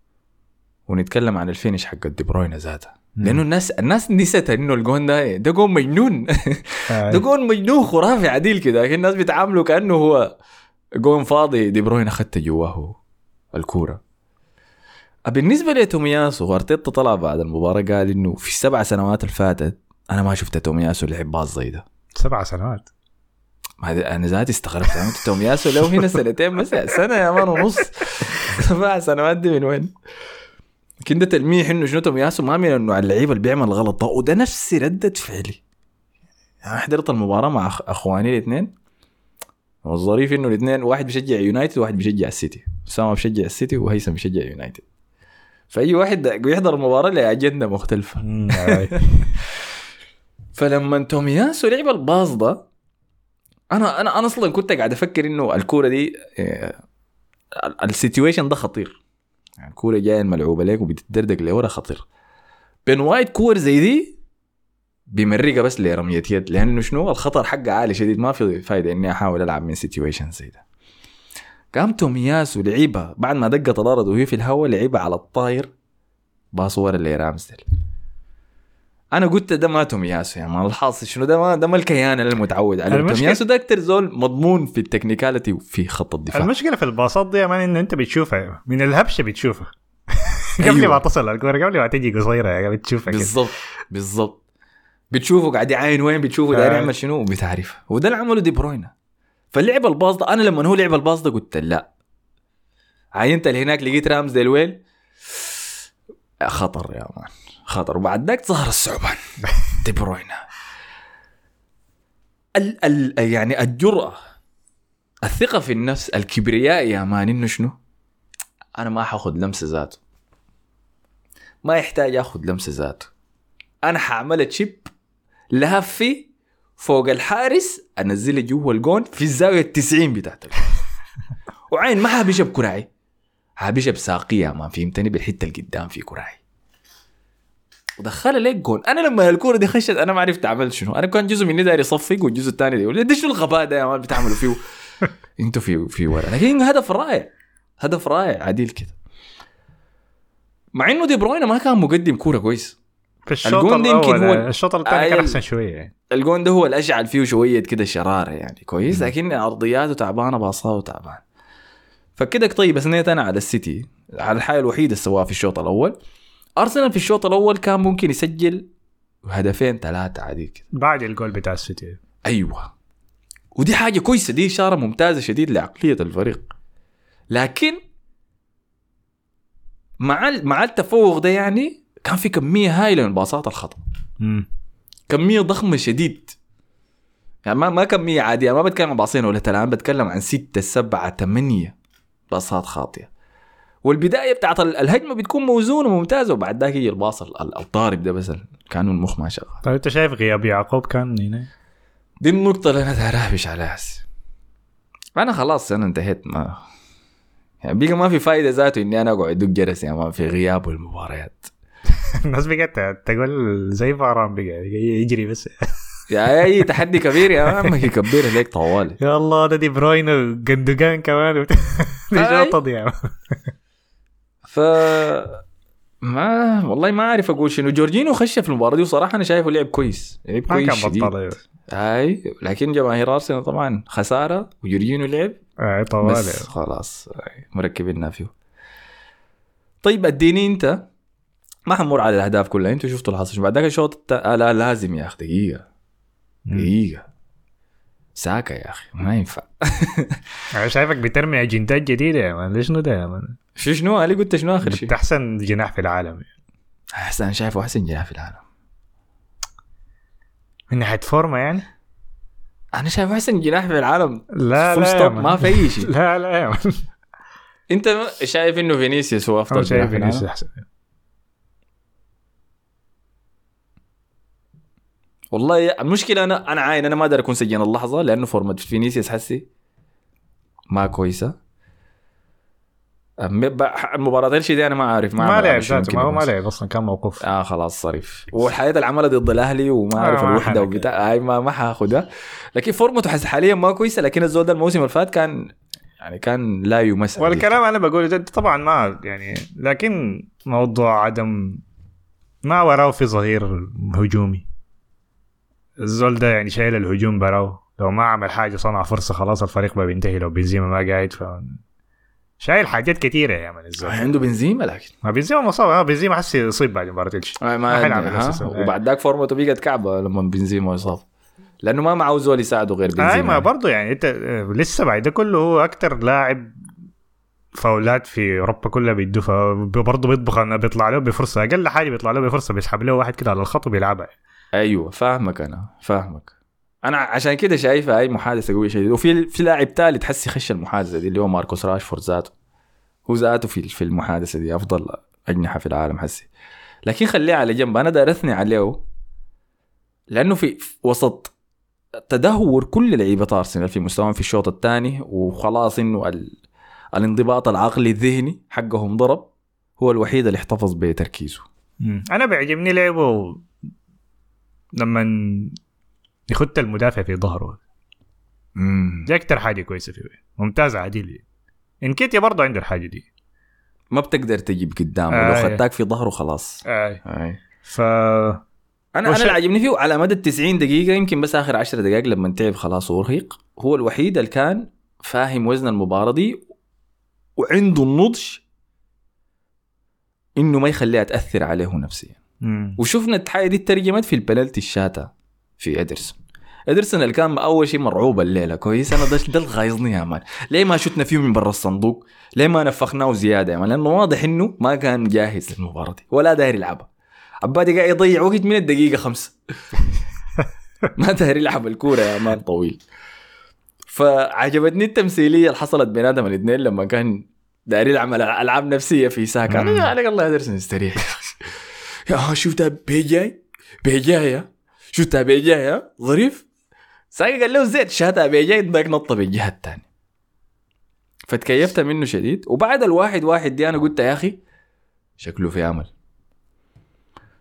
ونتكلم عن الفينش حق دي بروين ذاته لانه الناس الناس نسيت انه الجون ده ده جون مجنون ده جون مجنون خرافي عديل كده لكن الناس بيتعاملوا كانه هو جون فاضي. دي بروين اخذت جواه الكوره. بالنسبة لتومياسو أرتيتا طلع بعد المباراة قال إنه في السبع سنوات الفاتت أنا ما شفت تومياسو لعب باص زي ده. سبع سنوات ما أنا ذاتي استغربت يعني تومياسو لو هنا سنتين بس سنة يا مان ونص سبع سنوات دي من وين؟ كنت تلميح إنه شنو تومياسو ما من إنه اللعيبة اللي بيعمل غلط وده نفس ردة فعلي. يعني حضرت المباراة مع أخواني الاثنين والظريف إنه الاثنين واحد بيشجع يونايتد وواحد بيشجع السيتي. سامة بيشجع السيتي وهيثم بيشجع يونايتد. فأي واحد بيحضر المباراة لأجندة مختلفة. فلما تومياسو لعب الباص ده أنا أنا أنا أصلاً كنت قاعد أفكر إنه الكورة دي السيتويشن ده خطير يعني الكورة جاية الملعوبة ليك وبتدردق لورا خطير. بين وايد كور زي دي بيمرقها بس لرمية يد لأنه شنو الخطر حقه عالي شديد ما في فايدة إني أحاول ألعب من سيتويشن زي ده. قام تومياسو لعيبة بعد ما دقت الأرض وهي في الهواء لعيبة على الطاير باصور اللي رامزدل. أنا قلت ده ما تومياسو يعني ما الحاصل شنو ده ما ده ما الكيان اللي المتعود عليه. تومياسو ده أكتر زول مضمون في التكنيكاليتي وفي خط الدفاع. المشكلة في الباصات دي يعني إن أنت بتشوفها من الهبشة بتشوفها قبل ما تصل الكورة قبل ما تيجي قصيرة يعني بتشوفها بالضبط بالضبط بتشوفه قاعد يعاين وين بتشوفه داير يعمل شنو وبتعرف. وده اللي عمله دي بروين. فاللعب الباص ده أنا لما هو لعب الباص ده قلت لا عينت اللي هناك لقيت رامز دي الويل خطر يا مان خطر. وبعد ذاك ظهر الصعبان دي بروين ال ال يعني الجرأة الثقة في النفس الكبرياء يا مان إنه شنو أنا ما حاخد لمسة ذاته ما يحتاج أخد لمسة ذاته أنا حعمل تشيب لهفي فوق الحارس أنزله جوا الجون في الزاوية التسعين بتاعته وعين ما حابيش بكراعي حابيش بساقية ما فهمتني بالحتة القدام في كراعي ودخلها ليك جون. انا لما الكوره دي خشت انا ما عرفت اعمل شنو. انا كان جزء مني داير يصفق والجزء الثاني ده يقول ده شنو الغباء ده يا مان بتعملوا فيه انتوا في في ورا. لكن هدف رائع هدف رائع عديل كده. مع انه دي بروين ما كان مقدم كوره كويس في الشوط الاول. هو الشوط الثاني آه كان احسن شويه يعني. الجون ده هو الاشعل فيه شويه كده شراره يعني كويس. لكن ارضياته تعبانه باصاته تعبان. فكده طيب بس نيت انا على السيتي على الحاجه الوحيده اللي سواها في الشوط الاول. ارسنال في الشوط الاول كان ممكن يسجل هدفين ثلاثه عادي كده بعد الجول بتاع السيتي. ايوه ودي حاجه كويسه دي اشاره ممتازه شديد لعقليه الفريق. لكن مع مع التفوق ده يعني كان في كميه هائله من باصات الخطا. امم كميه ضخمه شديد يعني ما ما كميه عاديه. ما بتكلم عن باصين ولا ثلاثه بتكلم عن ستة سبعة ثمانية باصات خاطئه. والبدايه بتاعت الهجمه بتكون موزونه وممتازه وبعد ذاك يجي الباص الضارب ده بس كانوا المخ ما شغال. طيب انت شايف غياب يعقوب كان هنا؟ دي النقطه اللي انا دارهبش عليها. انا خلاص انا انتهيت ما يعني بقى ما في فايده ذاته اني انا اقعد ادق جرس يعني ما في غياب المباريات. الناس بقت تقول زي فاران بقى يجري بس يا اي تحدي كبير يا عم يكبر لك طوالي. يا الله ده دي بروين وجندوجان كمان دي شوطه دي يعني. ف ما والله ما اعرف اقول شنو. جورجينيو خش في المباراه دي وصراحه انا شايفه لعب كويس لعب كويس شديد. اي لكن جماهير ارسنال طبعا خساره وجورجينيو لعب اي طوالي بس خلاص مركبيننا فيه. طيب اديني انت ما حنمر على الاهداف كلها. انتوا شفتوا الحصل بعد ذاك الشوط الت... آه لا لازم يا اخي دقيقه دقيقه ساكا يا اخي ما ينفع. انا شايفك بترمي اجندات جديده يا مان. ليش شنو ده يا مان؟ شو شنو قال قلت شنو اخر شيء؟ احسن جناح في العالم. احسن شايفه احسن جناح في العالم من ناحيه فورمه يعني. انا شايفه احسن جناح في العالم. لا لا ما في اي شيء. لا لا يا مان. انت شايف انه فينيسيوس هو افضل جناح في العالم؟ احسن والله. المشكله انا انا عاين انا ما اقدر اكون سجين اللحظه لانه فورمه فينيسيوس حسي ما كويسه. المباراه الشيء دي انا ما عارف ما, ما لعب ذاته ما هو ما لعب اصلا كان موقوف. اه خلاص صريف. والحياه العمله ضد الاهلي وما اعرف آه الوحده وبتاع هاي ما ما حاخدها. لكن فورمته حس حاليا ما كويسه. لكن الزول ده الموسم اللي فات كان يعني كان لا يمس. والكلام انا بقوله طبعا ما يعني. لكن موضوع عدم ما وراه في ظهير هجومي. الزول ده يعني شايل الهجوم براو. لو ما عمل حاجه صنع فرصه خلاص الفريق ما بينتهي. لو بنزيما ما قاعد ف شايل حاجات كتيره يا من الزول. عنده بنزيما لكن ما بنزيما مصاب. اه بنزيما حس يصيب بعد مباراه تلشي ما, ما وبعد ذاك فورمته بقت كعبه لما بنزيما يصاب لانه ما معه زول يساعده غير بنزيما. اي ما برضه يعني انت لسه بعد ده كله هو اكتر لاعب فاولات في اوروبا كلها بيدو. فبرضه بيطبخ انه بيطلع له بفرصه اقل حاجه بيطلع له بفرصه بيسحب له واحد كده على الخط وبيلعبها. ايوه فاهمك انا فاهمك. انا عشان كده شايفه اي محادثه قويه شديد. وفي في لاعب ثالث تحس يخش المحادثه دي اللي هو ماركوس راشفورد ذاته. هو ذاته في في المحادثه دي افضل اجنحه في العالم حسي. لكن خليه على جنب. انا دارثني عليه لانه في وسط تدهور كل لعيبه ارسنال في مستواهم في الشوط الثاني وخلاص انه ال... الانضباط العقلي الذهني حقهم ضرب. هو الوحيد اللي احتفظ بتركيزه. انا بيعجبني لعبه لما يخط المدافع في ظهره. امم دي اكتر حاجه كويسه فيه. ممتازه عديل. انكيتيا برضه عنده الحاجه دي. ما بتقدر تجيب قدامه. آه لو خدتك في ظهره خلاص. آه. آه. ف انا انا اللي عجبني فيه على مدى التسعين دقيقه يمكن بس اخر عشر دقائق لما تعب خلاص ورهيق. هو الوحيد اللي كان فاهم وزن المباراه دي وعنده النضج انه ما يخليها تاثر عليه نفسيا. مم. وشفنا الحاجه دي ترجمت في البلالتي الشاتا في ادرسون. ادرسون اللي كان اول شيء مرعوب الليله كويس. انا ده ده الغايظني يا مان. ليه ما شفنا فيه من برا الصندوق؟ ليه ما نفخناه زياده يا مان؟ لانه واضح انه ما كان جاهز للمباراه دي ولا داير يلعبها. عبادي قاعد يضيع وقت من الدقيقه خمسة. ما داير يلعب الكوره يا مان طويل. فعجبتني التمثيليه اللي حصلت بين ادم الاثنين لما كان داير يعمل العاب نفسيه في ساكا. انا عليك الله ادرسون استريح يا شفتها بيجاي بيجايه شفتها بيجايه ظريف. ساكا قال له زيت شاتها بيجاي ضاق نطه بالجهه الثانيه. فتكيفت منه شديد. وبعد الواحد واحد دي انا قلت يا اخي شكله في امل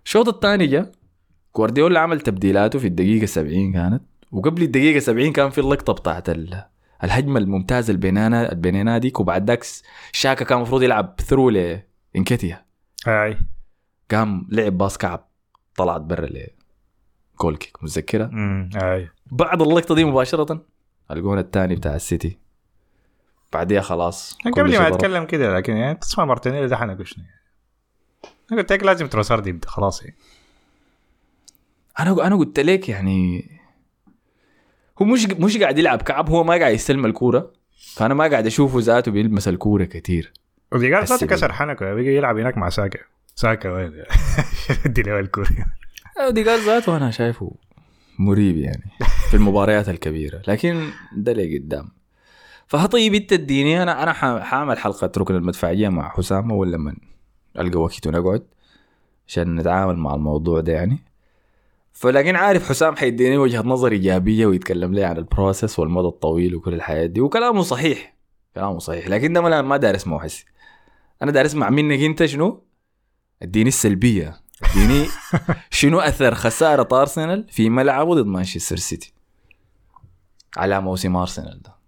الشوط الثاني جاء جوارديولا عمل تبديلاته في الدقيقة سبعين كانت، وقبل الدقيقة سبعين كان في اللقطة بتاعت الهجمة الممتازة البينانا البينانا ديك، وبعد داكس شاكا كان مفروض يلعب ثرو لإنكيتيا، اي قام لعب باص كعب طلعت برا ل جول كيك متذكرة. امم اي بعد اللقطة دي مباشرة الجون الثاني بتاع السيتي، بعديها خلاص قبل ما اتكلم كده، لكن يعني تسمع مارتينيلي ده حنقشني، انا قلت لك لازم تروسارد يبدا خلاص يعني. انا انا قلت لك يعني هو مش مش قاعد يلعب كعب، هو ما قاعد يستلم الكوره، فانا ما قاعد اشوفه ذاته بيلمس الكوره كتير. ودي قال ذاته كسر حنكه، بيجي يلعب هناك مع ساكا ساكا وين دي له الكوره. دي قال ذاته انا شايفه مريب يعني في المباريات الكبيره، لكن ده اللي قدام. فهطيب التديني انا انا حاعمل حلقه ركن المدفعيه مع حسام اول لما القى وقت ونقعد عشان نتعامل مع الموضوع ده يعني. فلكن عارف حسام حيديني وجهة نظر إيجابية ويتكلم لي عن البروسيس والمدى الطويل وكل الحياة دي، وكلامه صحيح كلامه صحيح، لكن ده ما دارس مع حسي، أنا دارس مع منك أنت شنو اديني السلبية، اديني شنو أثر خسارة أرسنال في ملعبه ضد مانشستر سيتي على موسم أرسنال ده.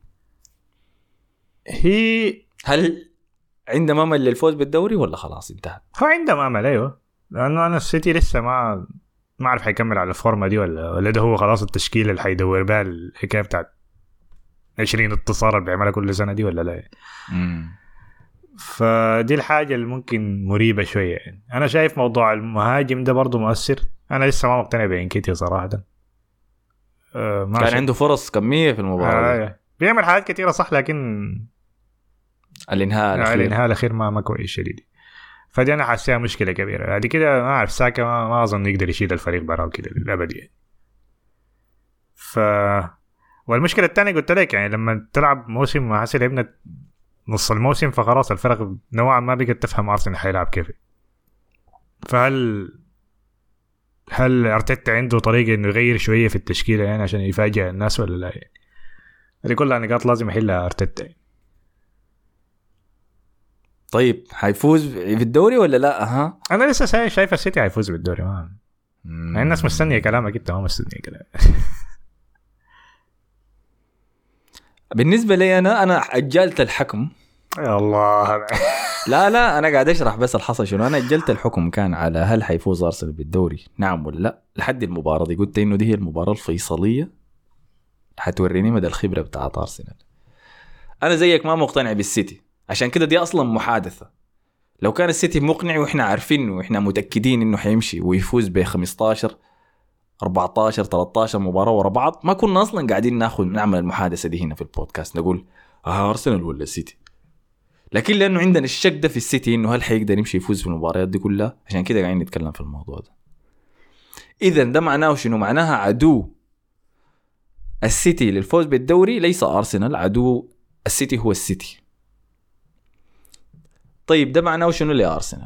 هي هل عندما أمل للفوز بالدوري ولا خلاص انتهى؟ هو عندما أمل أيوه، لأنه أنا السيتي لسه ما ما أعرف حيكمل على الفورمة دي ولا ولا ده هو خلاص التشكيلة اللي حيدور بها الحكاية بتاعت عشرين انتصار اللي بيعملها كل سنة دي ولا لا. مم. فدي الحاجة اللي ممكن مريبة شوية يعني. أنا شايف موضوع المهاجم ده برضو مؤثر، أنا لسه ما مقتنع بإنكيتيا صراحة. أه كان شايف. عنده فرص كمية في المباراة آه بيعمل حاجات كتيرة صح، لكن الانهاء الاخير الانهاء الاخير ما ما كويس شديد. فدي انا حاسسها مشكله كبيره بعد كده. ما اعرف ساكا ما, ما اظن يقدر يشيل الفريق برا كده للابد يعني. ف والمشكله الثانيه قلت لك يعني لما تلعب موسم ما حسي لعبنا نص الموسم فخلاص الفرق نوعا ما بقت تفهم ارسنال حيلعب كيف. فهل هل ارتيتا عنده طريقه انه يغير شويه في التشكيله يعني عشان يفاجئ الناس ولا لا يعني؟ هذه كلها نقاط لازم يحلها ارتيتا يعني. طيب حيفوز في الدوري ولا لا؟ ها انا لسه شايف السيتي حيفوز بالدوري. ما يعني الناس مستنيه كلامك انت ما مستنيه كلامك. بالنسبه لي انا انا اجلت الحكم. يا الله. لا لا انا قاعد اشرح بس الحصل شنو. انا اجلت الحكم كان على هل حيفوز ارسنال بالدوري نعم ولا لا لحد المباراه دي. قلت انه دي هي المباراه الفيصليه حتوريني مدى الخبره بتاعت ارسنال. انا زيك ما مقتنع بالسيتي عشان كده دي اصلا محادثه. لو كان السيتي مقنع واحنا عارفين واحنا متاكدين انه حيمشي ويفوز ب خمستاشر أربعتاشر تلتاشر مباراه ورا بعض ما كنا اصلا قاعدين ناخذ نعمل المحادثه دي هنا في البودكاست نقول اه ارسنال ولا السيتي. لكن لانه عندنا الشك ده في السيتي انه هل حيقدر يمشي يفوز في المباريات دي كلها عشان كده قاعدين نتكلم في الموضوع ده. اذا ده معناه شنو؟ معناها عدو السيتي للفوز بالدوري ليس ارسنال، عدو السيتي هو السيتي. طيب ده معناه شنو لأرسنال؟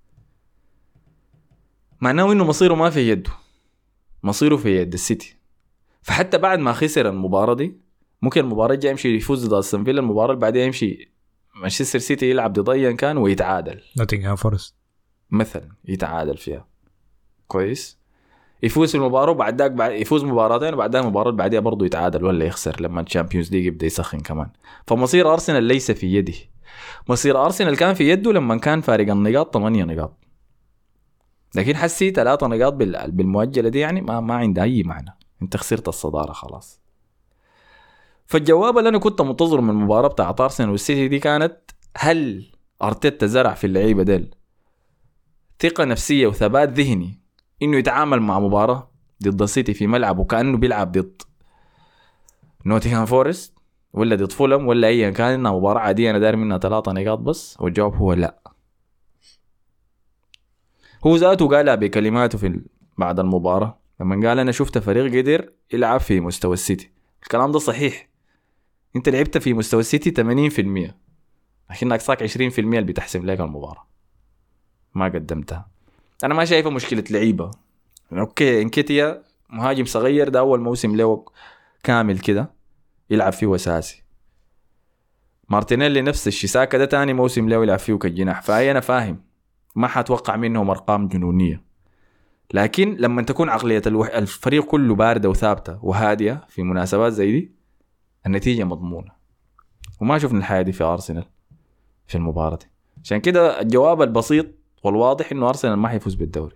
معناه انه مصيره ما في يده، مصيره في يد السيتي. فحتى بعد ما خسر المباراة دي ممكن المباراة الجاية يمشي يفوز ضد أستون فيلا، المباراة اللي بعدها يمشي مانشستر سيتي يلعب ضد أيا كان ويتعادل. نوتنغهام فورست مثلا يتعادل فيها كويس، يفوز في المباراة وبعد ذاك بعد يفوز مباراتين وبعد ذاك المباراة اللي بعدها برضه يتعادل ولا يخسر لما الشامبيونز ليج يبدأ يسخن كمان. فمصير أرسنال ليس في يده، مصير أرسنال كان في يده لما كان فارق النقاط ثمانية نقاط. لكن حسي ثلاثة نقاط بالمؤجلة دي يعني ما ما عنده أي معنى، أنت خسرت الصدارة خلاص. فالجواب اللي أنا كنت منتظره من المباراة بتاع أرسنال والسيتي دي كانت هل أرتيتا زرع في اللعيبة ديل ثقة نفسية وثبات ذهني إنه يتعامل مع مباراة ضد السيتي في ملعب وكأنه بيلعب ضد نوتنغهام فورست ولا ضد فولم ولا أي كان إنها مباراة عادية أنا داير منها ثلاثة نقاط بس؟ والجواب هو لا. هو ذاته قالها بكلماته في بعد المباراة لما قال أنا شفت فريق قدر يلعب في مستوى السيتي. الكلام ده صحيح، أنت لعبت في مستوى السيتي ثمانين بالمية لكن ناقصك عشرين بالمية اللي بتحسب لك المباراة ما قدمتها. أنا ما شايفة مشكلة لعيبة. أوكي إنكيتيا مهاجم صغير ده أول موسم له كامل كده يلعب فيه أساسي. مارتينيلي نفس الشيء، ساكا ده تاني موسم له يلعب فيه كجناح. فأي أنا فاهم ما حتوقع منهم أرقام جنونية لكن لما تكون عقلية الفريق كله باردة وثابتة وهادية في مناسبات زي دي النتيجة مضمونة. وما شفنا الحياة دي في أرسنال في المباراة دي. عشان كده الجواب البسيط والواضح إنه أرسنال ما حيفوز بالدوري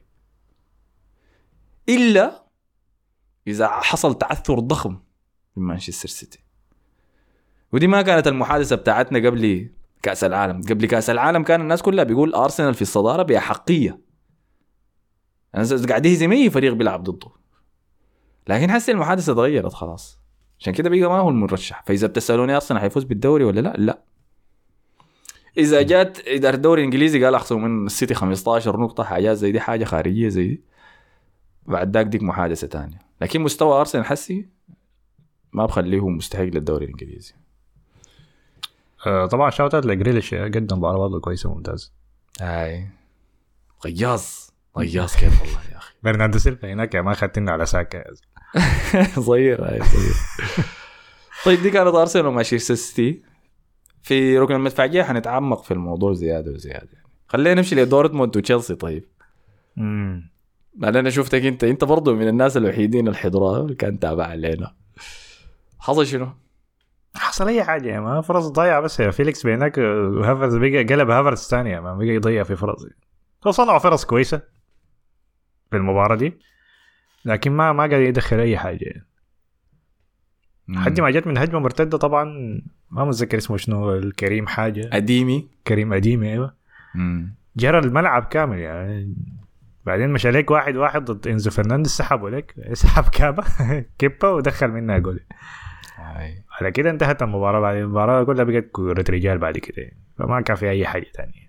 إلا إذا حصل تعثر ضخم من مانشستر سيتي. ودي ما كانت المحادثة بتاعتنا قبل كأس العالم. قبل كأس العالم كان الناس كلها بيقول أرسنال في الصدارة بأحقية، أنا قاعد يهزم أي فريق بيلعب ضده. لكن حس المحادثة تغيرت خلاص، عشان كده بقى ما هو المرشح. فإذا بتسألوني أرسنال حيفوز بالدوري ولا لا؟ لا. إذا جات إدارة الدوري الإنجليزي قال أخسر من السيتي خمسة عشر نقطة، حاجات زي دي، حاجة خارجية زي دي، بعد ذاك ديك محادثة تانية. لكن مستوى أرسنال حسي ما بخليه مستحق للدوري الإنجليزي. آه طبعا شاوتات لجريليش قدم مباراة برضه كويسة ممتاز. هاي غياص غياص كيف والله يا أخي. برناردو سيلفا هناك ما خدتنا على ساكا صغير هاي صغير. طيب دي كانت أرسنال ومانشستر سيتي. في ركن المدفعية حنتعمق في الموضوع زيادة وزيادة يعني. خلينا نمشي لدورتموند وتشيلسي. طيب امم أنا شفتك أنت أنت برضو من الناس الوحيدين الحضراء كان تابع علينا. حصل شنو؟ حصل أي حاجة ما فرص ضايعة بس يا فيليكس بينك وهافرز بقى قلب هافرز ثانية ما بقى يضيع في فرص. صنعوا فرص كويسة في المباراة دي لكن ما ما قاعد يدخل أي حاجة. حد ما جت من هجمة مرتدة طبعا ما متذكر اسمه شنو، الكريم حاجة أديمي كريم أديمي أيوة جرى الملعب كامل يعني. بعدين مشى عليك واحد واحد ضد إنزو فرنانديز سحبه لك سحب كابا كيبا ودخل منها جول. على كده انتهت المباراة. بعد المباراة كلها بقت كرة رجال بعد كده فما كان في أي حاجة تانية.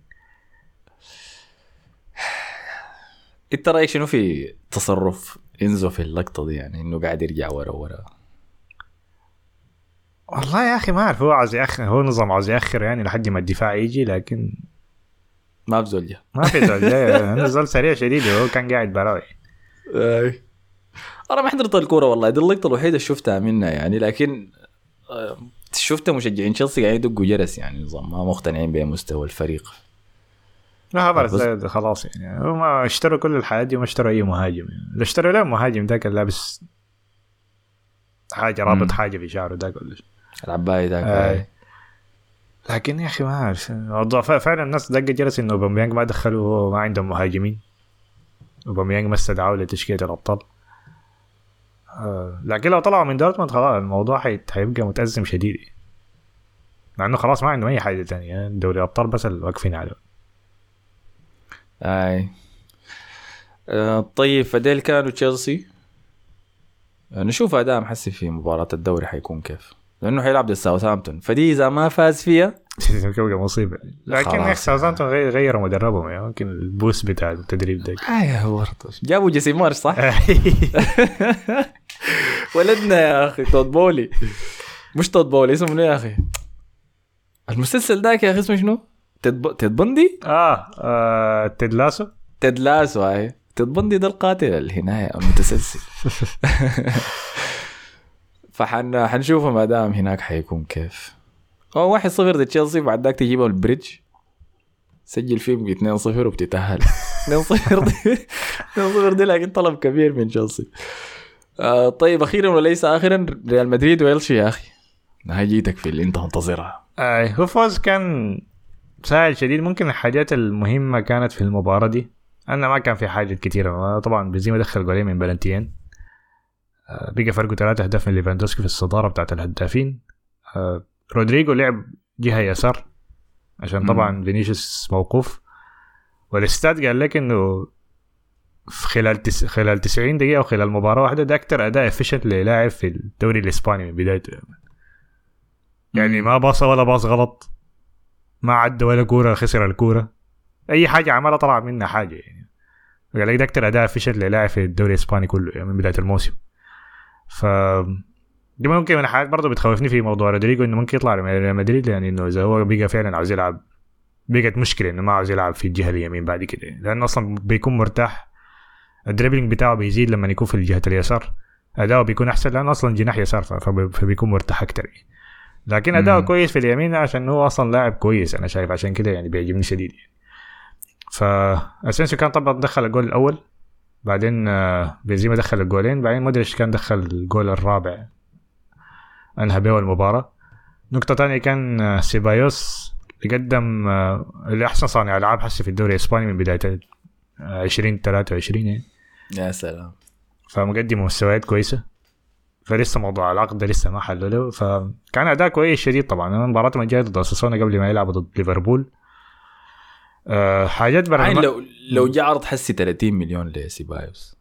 انت رأيك شنو في تصرف إنزو في اللقطة دي يعني انه قاعد يرجع ورا ورا؟ والله يا أخي ما أعرف، هو عاوز يأخر، هو نظام عاوز يأخر يعني لحد ما الدفاع يجي لكن ما بزولجة ما في زولجة. نزل سريع شديد وهو كان قاعد براوي. اي انا ما حضرت الكوره والله، دي اللقطه الوحيده اللي شفتها منها يعني. لكن شفت مشجعين تشيلسي قاعدين يدقوا جرس يعني نظام ما مقتنعين بمستوى الفريق. لا هذا خلاص يعني هم اشتروا كل الحياة دي وما اشتروا اي مهاجم يعني. اللي اشتروا له مهاجم ذاك اللي لابس حاجه رابط حاجه في شعره ذاك ولا العباية ذاك. آه. لكن يا اخي ما اعرف فعلا الناس دق جرس انه اوباميانغ ما دخلوا وما عندهم مهاجمين. اوباميانغ ما استدعوا لتشكيله الابطال. آه. لكن لو طلعوا من دورتموند خلاص الموضوع حيبقى متأزم شديد لانه خلاص ما عندهم اي حاجه ثانيه دوري الابطال بس اللي واقفين عليه. اي آه. طيب فديل كانوا تشيلسي نشوف اداء محسي في مباراه الدوري حيكون كيف لانه حيلعب ضد ساوثهامبتون فدي اذا ما فاز فيها كوكا مصيبه. لكن ساوثهامبتون غيروا مدربهم يعني ممكن البوس بتاع التدريب ده ايوه برضه جابوا جيسي مارش صح. ولدنا يا اخي تود بولي مش تود بولي اسمه يا اخي المسلسل ذاك يا اخي اسمه شنو تد تد بندي اه, آه تد لاسو تد لاسو هاي تد بندي ده القاتل الهناية المتسلسل. فحن حنشوفه ما دام هناك حيكون كيف. هو واحد صفر ضد تشيلسي بعد ذاك تجيبه البريدج سجل فيهم اثنين صفر وبتتأهل. اثنين صفر دي اثنين صفر دي لكن طلب كبير من تشيلسي. آه طيب اخيرا وليس اخيرا ريال مدريد ويلشي يا اخي نهايتك في اللي انت منتظرها. اي هو فوز كان سهل شديد. ممكن الحاجات المهمة كانت في المباراة دي أنا ما كان في حاجة كتيرة طبعا بنزيما دخل جولين من بلنتيين بقى فرقه ثلاثة أهداف من ليفاندوسكي في الصدارة بتاعت الهدافين. رودريجو لعب جهة يسار عشان طبعا فينيسيوس موقوف والاستاد قال لك إنه في خلال تس... خلال تسعين دقيقة أو خلال مباراة واحدة ده أكتر أداء efficient للاعب في الدوري الإسباني من بدايته يعني ما باص ولا باص غلط ما عدى ولا كورة خسر الكورة أي حاجة عملها طلع منها حاجة يعني قال لك ده أكتر أداء efficient للاعب في الدوري الإسباني كله يعني من بداية الموسم. ف دي ممكن من الحاجات برضه بتخوفني في موضوع رودريجو إنه ممكن يطلع من مدريد يعني إنه إذا هو بيجا فعلا عاوز يلعب بيجت مشكلة إنه ما عاوز يلعب في الجهة اليمين بعد كده لأنه أصلا بيكون مرتاح الدريبلينج بتاعه بيزيد لما يكون في الجهة اليسار أداؤه بيكون أحسن لأنه أصلا جناح يسار فبيكون مرتاح أكتر. لكن أداؤه كويس في اليمين عشان هو أصلا لاعب كويس أنا شايف عشان كده يعني بيعجبني شديد يعني. فأسينسيو كان طبعا دخل الجول الأول بعدين بنزيما دخل الجولين، بعدين مودريتش كان دخل الجول الرابع انهى بيه المباراة. نقطة تانية كان سيبايوس قدم اللي احسن صانع العاب حسي في الدوري الاسباني من بداية عشرين ثلاثة وعشرين يعني. يا سلام. فمقدم مستويات كويسة، فلسه موضوع العقد لسه ما حلوا له، فكان اداء كويس شديد. طبعا مباراتهم الجايه ضد اساسونا قبل ما يلعبوا ضد ليفربول. أه حاجات برا الم... لو لو جاء عرض حسي ثلاثين مليون لسيبايوس،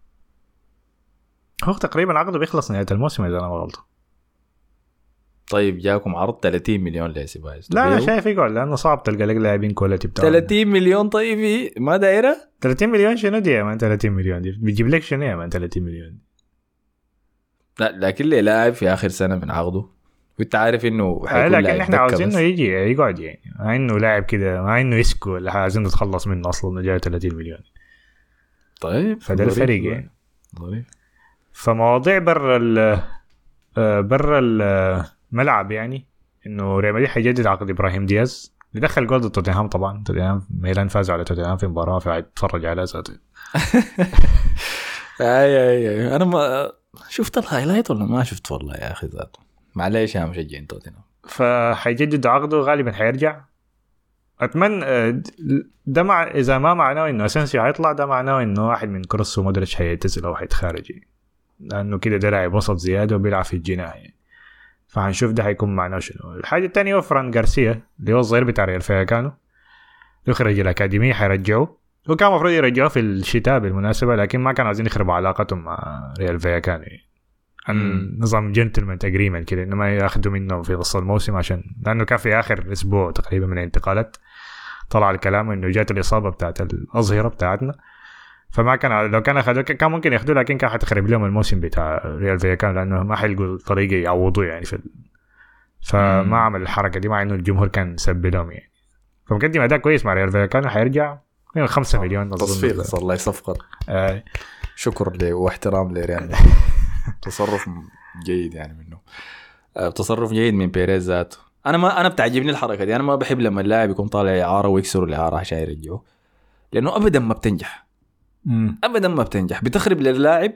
هو تقريبا عقده بيخلص نهايه الموسم اذا انا ما غلط. طيب جاكم عرض ثلاثين مليون لسيبايوس؟ لا انا شايف يقعد لانه صعب تلقى لك لاعبين كواليتي بتاعه. ثلاثين مليون طيب ما دايره. ثلاثين مليون شنو دي يا مان؟ ثلاثين مليون دي بيجيب لك شنو يا مان ثلاثين مليون؟ لا لكن اللي لاعب في اخر سنه من عقده وانت عارف انه آه لكن احنا عاوزينه يجي يقعد يعني، مع انه لاعب كده، مع انه يسكو ولا عايزين نتخلص منه اصلا جاي ثلاثين مليون. طيب فده الفريق يعني ظريف. فمواضيع برا ال برا الملعب يعني انه ريال مدريد حيجدد عقد ابراهيم دياز اللي دخل جول ضد توتنهام. طبعا توتنهام ميلان فاز على توتنهام في مباراه، فقاعد اتفرج على اساته. اي اي انا ما شفت الهايلايت ولا ما شفت والله يا اخي ذاته، معليش يا مشجعين توتنهام. فحيجدد عقده غالبا حيرجع. اتمنى ده مع اذا ما معناه انه اسنسيو هيطلع، ده معناه انه واحد من كروس ومودريتش هيعتزل او هيتخارج يعني. لانه كده ده لاعب وسط زياده وبيلعب في الجناح يعني. فهنشوف ده هيكون معناه شنو. الحاجه الثانيه فران غارسيا اللي هو الظهير بتاع ريال فايكانو يخرج الاكاديميه، حيرجعوه. هو كان المفروض يرجعوه في الشتاء بالمناسبه، لكن ما كانوا عايزين يخربوا علاقتهم مع ريال فايكانو يعني. نظام جنتلمان اجريمنت كده انه ما ياخذوا منه في نص الموسم، عشان لانه كان في اخر اسبوع تقريبا من الانتقالات طلع الكلام انه جات الاصابه بتاعت الاظهره بتاعتنا، فما كان لو كان اخذوا كان ممكن ياخذوه، لكن كان حتخرب لهم الموسم بتاع ريال فايكانو لانه ما حيلقوا طريقه يعوضوه يعني في ال... فما مم. عمل الحركه دي مع انه الجمهور كان سب لهم يعني. فمقدم اداء كويس مع ريال فايكانو، حيرجع من خمسة مليون تصفيق صار الله يصفقر. آه. شكر له واحترام لريال. تصرف جيد يعني منه، تصرف جيد من بيريز ذاته. انا ما انا بتعجبني الحركه دي. انا ما بحب لما اللاعب يكون طالع اعاره ويكسر الاعاره عشان يرجعه، لانه ابدا ما بتنجح. مم. ابدا ما بتنجح، بتخرب للاعب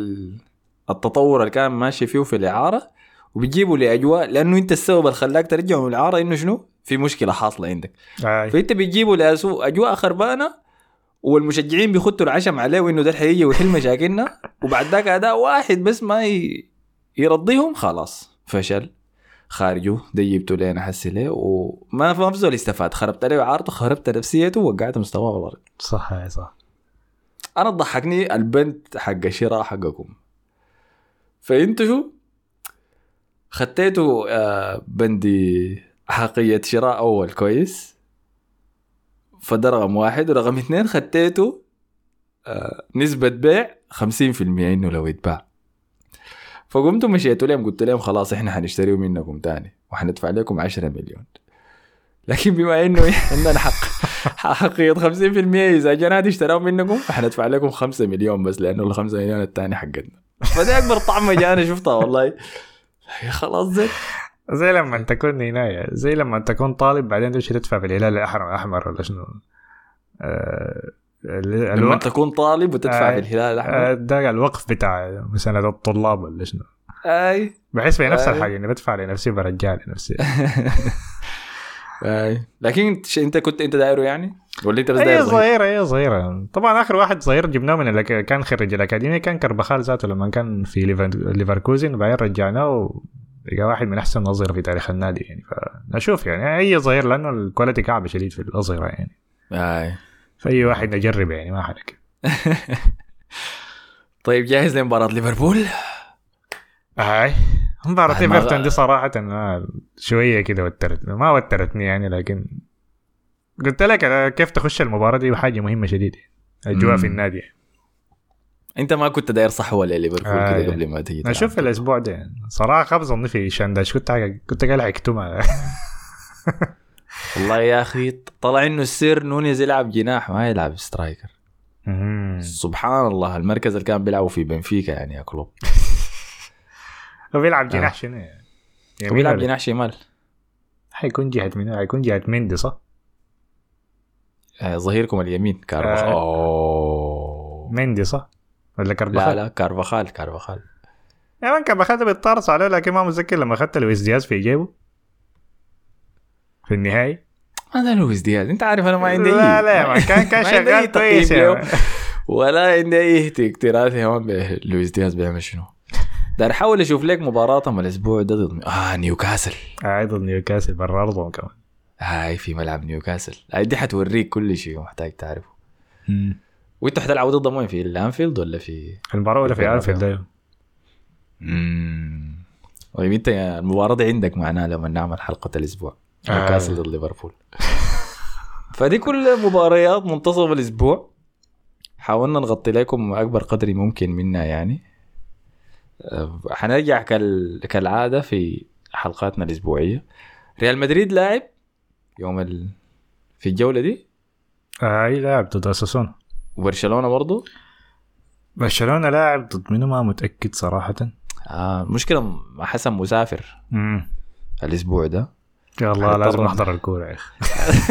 التطور اللي كان ماشي فيه في الاعاره، وبتجيبه لاجواء، لانه انت السبب اللي خلاك ترجعه من الاعاره انه شنو في مشكله حاصله عندك. آه. فانت بتجيبه لاسوء اجواء خربانه، والمشجعين بيخطوا العشم عليه وانه ده حيجي ويحل مشاكلنا، وبعد ذاك اداء واحد بس ما ي... يرضيهم خلاص فشل خارجه. ده جبته لين حسي له وما ما بزول استفاد، خربت عليه عارضه، خربت نفسيته ووقعت مستواه والله. صح يا صح. انا ضحكني البنت حق الشراء حقكم، فانتوا شو خديتوا آه بندي حقية شراء اول كويس، فده رقم واحد. ورقم اثنين خديتوا آه نسبة بيع خمسين في المية انه لو يتباع، فقمتوا مشيتوا لهم قلت لهم خلاص احنا حنشتريه منكم تاني وحندفع لكم عشرة مليون. لكن بما انه عندنا حق حقيقة خمسين في المية اذا جانا اشتراه منكم فحندفع لكم خمسة مليون بس، لانه الخمسة مليون التاني حقتنا. فده اكبر طعمة جانا شفتها والله. خلاص زي زي لما انت تكون هنا، زي لما انت تكون طالب بعدين تمشي تدفع في الهلال الاحمر ولا شنو. آه لما الوقف. تكون طالب وتدفع آه في الهلال الأحمر آه ده الوقف بتاع مساندة الطلاب ولا شنو. اي بحس في نفس الحاجة اني بدفع لنفسي برجع لنفسي. اي لكن انت كنت انت دايره يعني ولا انت بس دايره؟ اي صغيرة اي صغيرة طبعا. اخر واحد صغير جبناه من اللي كان خريج الأكاديمية كان كربخال ذاته لما كان في ليفركوزن، وبعدين رجعناه وبقى واحد من احسن الأظهرة في تاريخ النادي يعني. فنشوف يعني اي صغير لانه الكواليتي كعب شديد في الأظهرة يعني. اي فأي واحد نجرب يعني ما حرك. طيب جاهز لمباراة ليفربول؟ هاي مباراة ليفربول دي صراحة شوية كده وترت ما وترتني يعني، لكن قلت لك كيف تخش المباراة دي وحاجة مهمة شديدة الأجواء في النادي. انت ما كنت داير صح ولا ليفربول آه كده قبل ما تيجي؟ اشوف الاسبوع ده صراحة خبز في شانداش كنت كنت قال حكتمها. والله يا أخي طلع إنه السير نونيز يلعب جناح ما يلعب سترايكر. سبحان الله المركز اللي كان بيلعبوا في بنفيكا يعني يا كلوب. هو بيلعب جناح شنو يعني؟ هو بيلعب جناح شمال. حيكون جهة من حيكون جهة مندي صح؟ آه ظهيركم اليمين كاربخ. آه. أوه مندي صح ولا لا كارفاخال؟ لا كارفاخال كارفاخال يا مان كارفاخال ده بيتطارص عليه، لكن ما متذكر لما اخذت لويس دياز في جيبه في النهاية. هذا لويس دياز انت عارف انا ما عندي لا لا ما كان كان ما عندي شغال أي كويس تقييم يا له. مان. ولا عندي اي اختراعات يا مان لويس دياز بيعمل شنو. دار احاول اشوف لك مباراتهم الاسبوع ده ضد اه نيوكاسل. آه ضد نيوكاسل برا ارضهم كمان. هاي في ملعب نيوكاسل هاي دي حتوريك كل شيء محتاج تعرفه. مم. وانتوا حتلعبوا ضدهم وين في الانفيلد ولا في المباراة ولا في انفيلد ده؟ امم طيب انت المباراة دي عندك معناها لما نعمل حلقة الاسبوع نيوكاسل ضد ليفربول. فدي كل مباريات منتصف الاسبوع حاولنا نغطي لكم اكبر قدر ممكن منها يعني. حنرجع كال... كالعادة في حلقاتنا الاسبوعية. ريال مدريد لاعب يوم ال... في الجولة دي اي لاعب ضد اساسون. وبرشلونة برضو برشلونة لاعب ضد منو ما متأكد صراحة. آه مشكلة حسن مسافر امم الاسبوع ده. يا الله لازم نحضر الكورة يا اخي.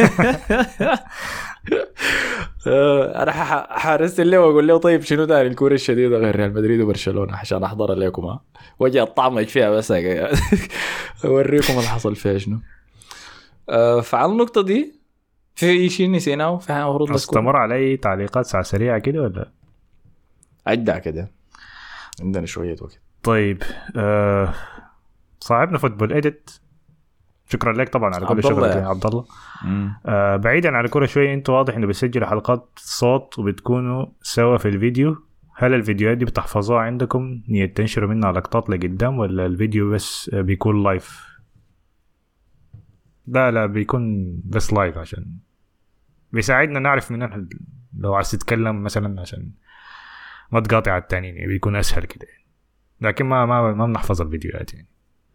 انا حارس له واقول له طيب شنو داري الكوره الشديده غير ريال مدريد وبرشلونه عشان احضر لكم ها واجي اطعمك فيها بس اوريكم اللي حصل فيها شنو. فعلى النقطه دي في شيء نسيناه في حاجه المفروض استمر علي تعليقات ساعه سريعه كده ولا عدى كده عندنا شويه وقت. طيب أه صاحبنا فوتبول اديت شكرا لك طبعا على كل شغلك يا عبد الله. آه بعيدا عن الكوره شويه انتوا واضح انه بيسجلوا حلقات صوت وبتكونوا سوا في الفيديو. هل الفيديوهات دي بتحفظوها عندكم نية تنشروا منها لقطات لقدام ولا الفيديو بس بيكون لايف؟ لا لا بيكون بس لايف عشان بيساعدنا نعرف منها لو عايز تتكلم مثلا عشان ما تقاطع التانيين يعني بيكون اسهل كده. لكن ما ما ما بنحفظ الفيديوهات يعني.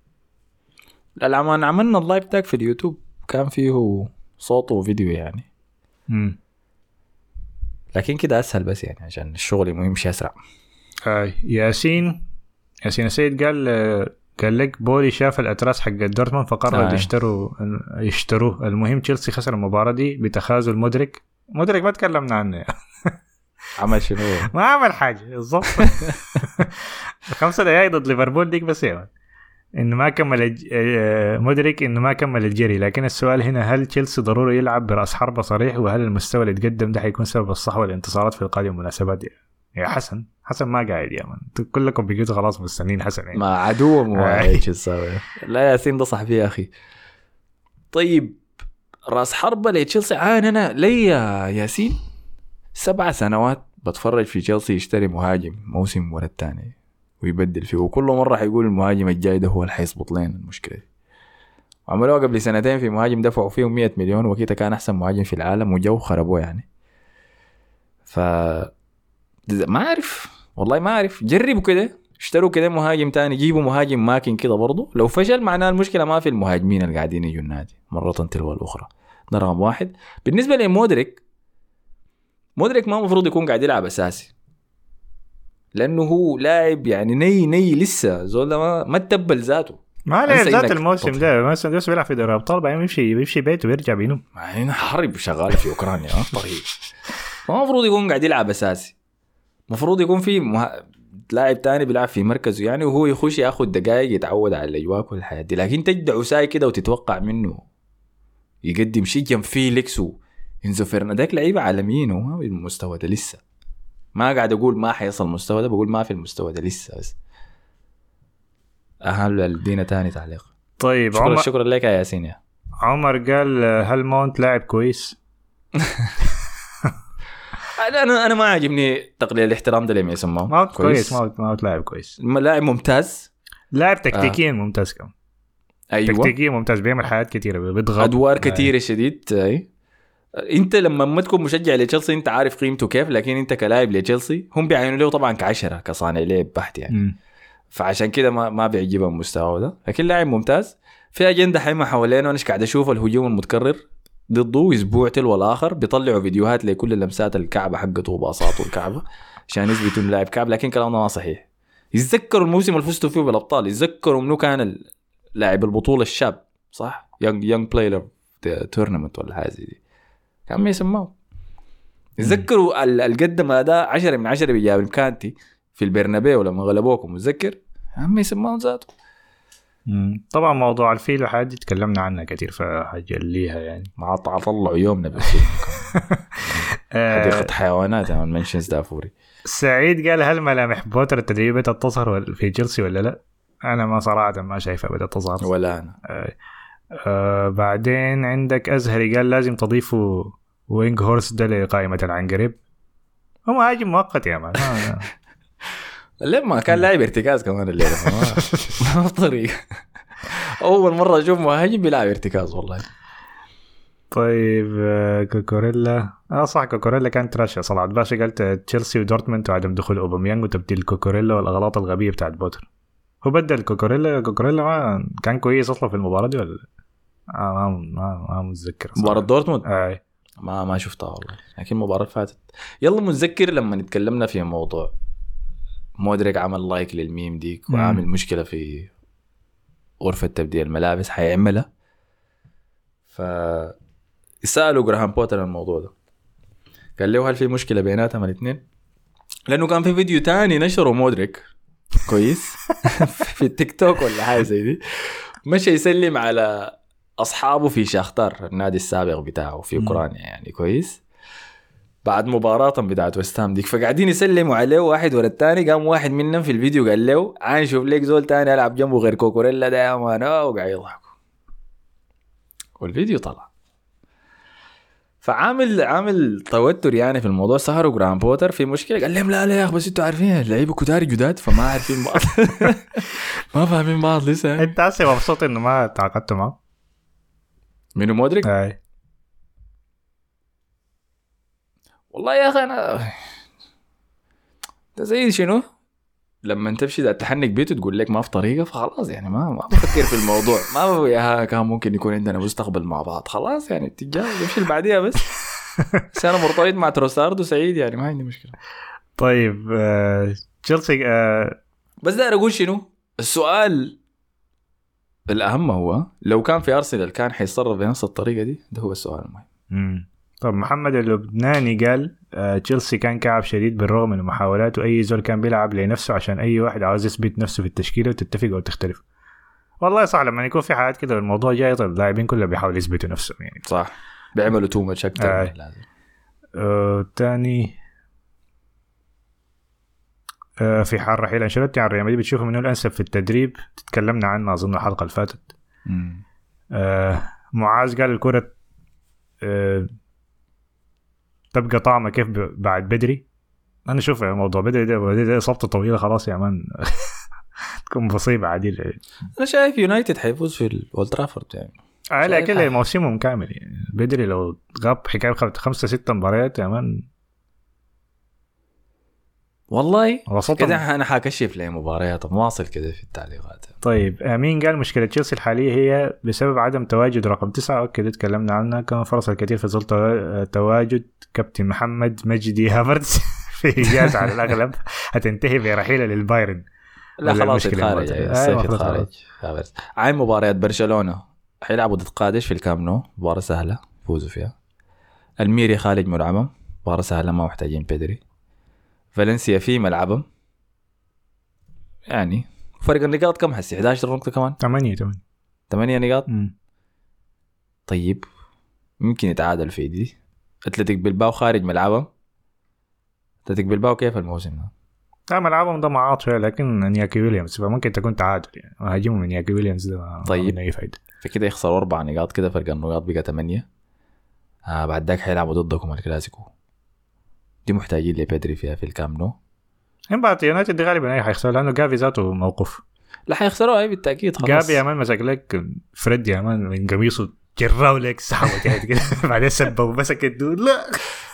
لا لما عملنا اللايف تاك في اليوتيوب كان فيه صوت وفيديو يعني. امم لكن كده اسهل بس يعني عشان الشغل يمشي اسرع. هاي ياسين ياسين السيد قال قال لك بولي شاف الاتراس حق دورتموند فقرر آه. يشتروا يشتروه. المهم تشيلسي خسر المباراة دي بتخاذل مدرك. مدرك ما تكلمنا عنه عمل شنو؟ ما عمل حاجة بالضبط. خمسة دقايق ضد ليفربول ديك بس يا انه ما كمل مدرك انه ما كمل الجري. لكن السؤال هنا هل تشيلسي ضروري يلعب براس حربة صريح وهل المستوى اللي تقدم ده حيكون سبب الصحوة والانتصارات في القادم مناسبات دي؟ يا حسن حسن ما قاعد يا من كلكم بيجوا خلاص مستنين حسن يعني. ما عدو مواعيش السابق. لا ياسين ده صح فيه يا أخي. طيب راس حربة لتشيلسي عان أنا لي يا ياسين سبع سنوات بتفرج في تشيلسي يشتري مهاجم موسم ورا الثاني ويبدل فيه وكل مرة حيقول المهاجم الجاي ده هو اللي حيصبط لين المشكلة. عملوها قبل سنتين في مهاجم دفعوا فيه مية مليون وكيتا كان أحسن مهاجم في العالم وجو خربوه يعني. ف ما أعرف والله ما أعرف. جربوا كده اشتروا كده مهاجم تاني جيبوا مهاجم ماكن كده برضو. لو فشل معناه المشكلة ما في المهاجمين اللي قاعدين يجوا النادي مرة تلو الأخرى. ده رقم واحد. بالنسبة لمودريك مودريك ما مفروض يكون قاعد يلعب أساسي لأنه هو لاعب يعني ني ني لسه زول ما ما تبل ذاته ما له ذات الموسم ده مثلا ده بيلعب في دوري الأبطال بعدين بيمشي بيمشي بيته ويرجع بينوم. ما هنا حرب شغالة في أوكرانيا طيب ما مفروض يكون قاعد يلعب أساسي. مفروض يكون في مه... لاعب تاني بيلعب في مركزه يعني وهو يخش ياخد دقائق يتعود على الأجواء والحياة دي. لكن تجدعه ساي كده وتتوقع منه يقدم شيء جنب فيليكس وإنزو فرنانديك لعيبة عالميين وما بالمستوى ده لسه. ما قاعد أقول ما حيصل المستوى ده بقول ما في المستوى ده لسه بس. أهل الدينة تاني تعليق. طيب شكرا عمر شكرا لك يا ياسين يا عمر قال هل مونت لاعب كويس؟ أنا أنا ما عجبني تقليل الاحترام ده اللي ما يسموه مونت كويس. مونت مونت لاعب كويس لاعب ممتاز لاعب تكتيكيا آه. ممتاز كم أيوة تكتيكيا ممتاز بيعمل حاجات كتيرة بيضغط أدوار كتيرة شديد. أي انت لما ما تكون مشجع لتشيلسي انت عارف قيمته كيف. لكن انت كلاعب لتشيلسي هم بيعينوا له طبعا كعشرة كصانع لعب بحت يعني م. فعشان كده ما ما بيعجبهم مستواه ده. لكن لاعب ممتاز في اجنده حيمه حوالينه. انا قاعد اشوف الهجوم المتكرر ضده اسبوع تلو الاخر بيطلعوا فيديوهات لكل لمسات الكعبه حقته وباصاته الكعبه عشان يثبتوا انه لاعب كعب. لكن كلامنا ما صحيح. يتذكروا الموسم اللي فزتوا فيه بالابطال يتذكروا انه كان لاعب البطوله الشاب صح يونج يونج بلاير تورنمنت ولا حاجه دي كان ما يسموه. تذكروا القدم هذا عشرة من عشرة بجاب الكانتي في البرنابيو لما غلبوكم، متذكر عمي يسمعون ذاته. طبعا موضوع الفيل وحاجة تكلمنا عنها كثير فهجليها يعني ما طلعوا يومنا بس حديقة حيوانات من منشنز دافوري. سعيد قال هل ملامح بوتر التدريبية تظهر في تشيلسي ولا لا؟ أنا ما صراحة ما شايفها بدأت تظهر ولا أنا. آه آه بعدين عندك أزهري قال لازم تضيفوا وينج هورس ده لقائمة العنقريب. هو مهاجم مؤقت يا مان ليه ما كان لاعب ارتكاز كمان الليلة ما ما طريقة أول مرة أشوف مهاجم بيلعب ارتكاز والله. طيب كوكوريلا اه صح كوكوريلا كان ترشح. صلاح باشا قالت تشيلسي ودورتموند وعدم دخول أوباميانغ وتبديل كوكوريلا والأغلاط الغبية بتاعت بوتر. هو بدل كوكوريلا كوكوريلا ما كان كويس أصلا في المباراة دي ولا آه ما ما ما متذكر مباراة دورتموند آه. ما ما شفتها والله لكن المباراة فاتت. يلا متذكر لما نتكلمنا في موضوع مودريك عمل لايك للميم ديك وعامل مشكلة في غرفة تبديل الملابس حيعملها. ف سألوا جراهام بوتر عن الموضوع ده قال له هل في مشكلة بيناتهم الاثنين لأنه كان في فيديو تاني نشره مودريك كويس في التيك توك ولا حاجة زي دي مشى يسلم على أصحابه في شاختار النادي السابق بتاعه في أوكرانيا يعني كويس بعد مباراة بتاعت وستام ديك فقاعدين يسلموا عليه واحد ورا الثاني. قام واحد منهم في الفيديو قال له عاين شوف ليك زول تاني ألعب جنبه غير كوكوريلا ده يا مانا وقاعد يضحكوا والفيديو طلع. فعامل عامل توتر يعني في الموضوع. سهروا جراهام بوتر في مشكلة قال لهم لا لا يا أخ بس انتوا عارفين اللعيبة كتار جداد فما عارفين بعض ما فاهمين بعض لسه. انت عسي مبسوط انه ما تعاقدت معه منو مودريك؟ اي والله يا أخي أنا ده زي شنو لما انت تمشي تحنك بيته تقول لك ما في طريقة فخلاص يعني ما ما بفكر في الموضوع ما يا كان ممكن يكون عندنا مستقبل مع بعض خلاص يعني تتجاوز يمشي اللي بعديها بس بس أنا مرتبط مع تروسارد وسعيد يعني ما عندي مشكلة. طيب آه، تشيلسي آه، بس ده أقول شنو السؤال الأهم هو لو كان في أرسنال كان حيصرف بنفس الطريقة دي ده هو السؤال المهم. طب محمد اللبناني قال آه، تشيلسي كان كعب شديد بالرغم من محاولاته أي زول كان بيلعب لنفسه عشان أي واحد عاوز يثبت نفسه في التشكيلة وتتفق أو تختلف. والله صح لما يكون في حاجات كده الموضوع جاي طيب اللاعبين كلهم بيحاولوا يثبتوا نفسهم يعني صح بيعملوا تو ماتش أكتر آه. لازم. آه، تاني آه، في حال رحيل أنشيلوتي عن ريال مدريد بتشوفه منه الأنسب في التدريب تتكلمنا عنه أظن الحلقة اللي فاتت. آه، معاذ قال الكرة آه، تبقى طعمه كيف بعد بدري. انا شوف موضوع بدري ده بدري ده اصابته طويله خلاص يا مان تكون مصيبه عاديه. انا شايف يونايتد حيفوز في الاولد ترافورد يعني اه لكن موسمهم كامل يعني بدري لو غاب حكايه خمسة ستة مباريات يا مان والله كده انا حاكشف لي مباريات مواصل كده في التعليقات. طيب امين قال مشكله تشيلسي الحاليه هي بسبب عدم تواجد رقم تسعة كده تكلمنا عنها. كان فرص الكثير في ظل تواجد كابتن محمد مجدي هافرتز في إجازة على الأغلب هتنتهي برحيله للبايرن. لا خلاص خارج الصيف خارج. عين مباريات برشلونة حيلعبوا ضد قادش في الكامب نو مباراة سهلة فوزوا فيها. الميري خارج ملعبهم مباراة سهلة ما محتاجين بيدري. فالنسيا في ملعبهم يعني فرق النقاط كم حسي إحدى عشرة نقطة كمان ثمانية ثمانية ثمانية نقاط. م. طيب ممكن يتعادل في دي. أتلتيك بلباو خارج ملعبهم. أتلتيك بلباو كيف الموسم ده؟ لا ملعبهم ده معاط شوية لكن نياكي ويليامز ممكن تكون تعادل يعني هاجموا من نياكي ويليامز ده طيب أي فايدة. فكده يخسروا أربع نقاط كده فرق النقاط بقى ثمانية. آه بعد ذاك حيلعبوا ضدكم الكلاسيكو دي محتاجين لبيدري فيها في الكامب نو. هم بعد يونايتد غالبا أي حيخسر لأنه جافي ذاته موقف. لا حيخسروا أي بالتأكيد خلاص. جافي يا مان مسك لك فريد يا مان من قميصه جراو لك سحبت يعني كده بعدين سبه ومسك الدود لا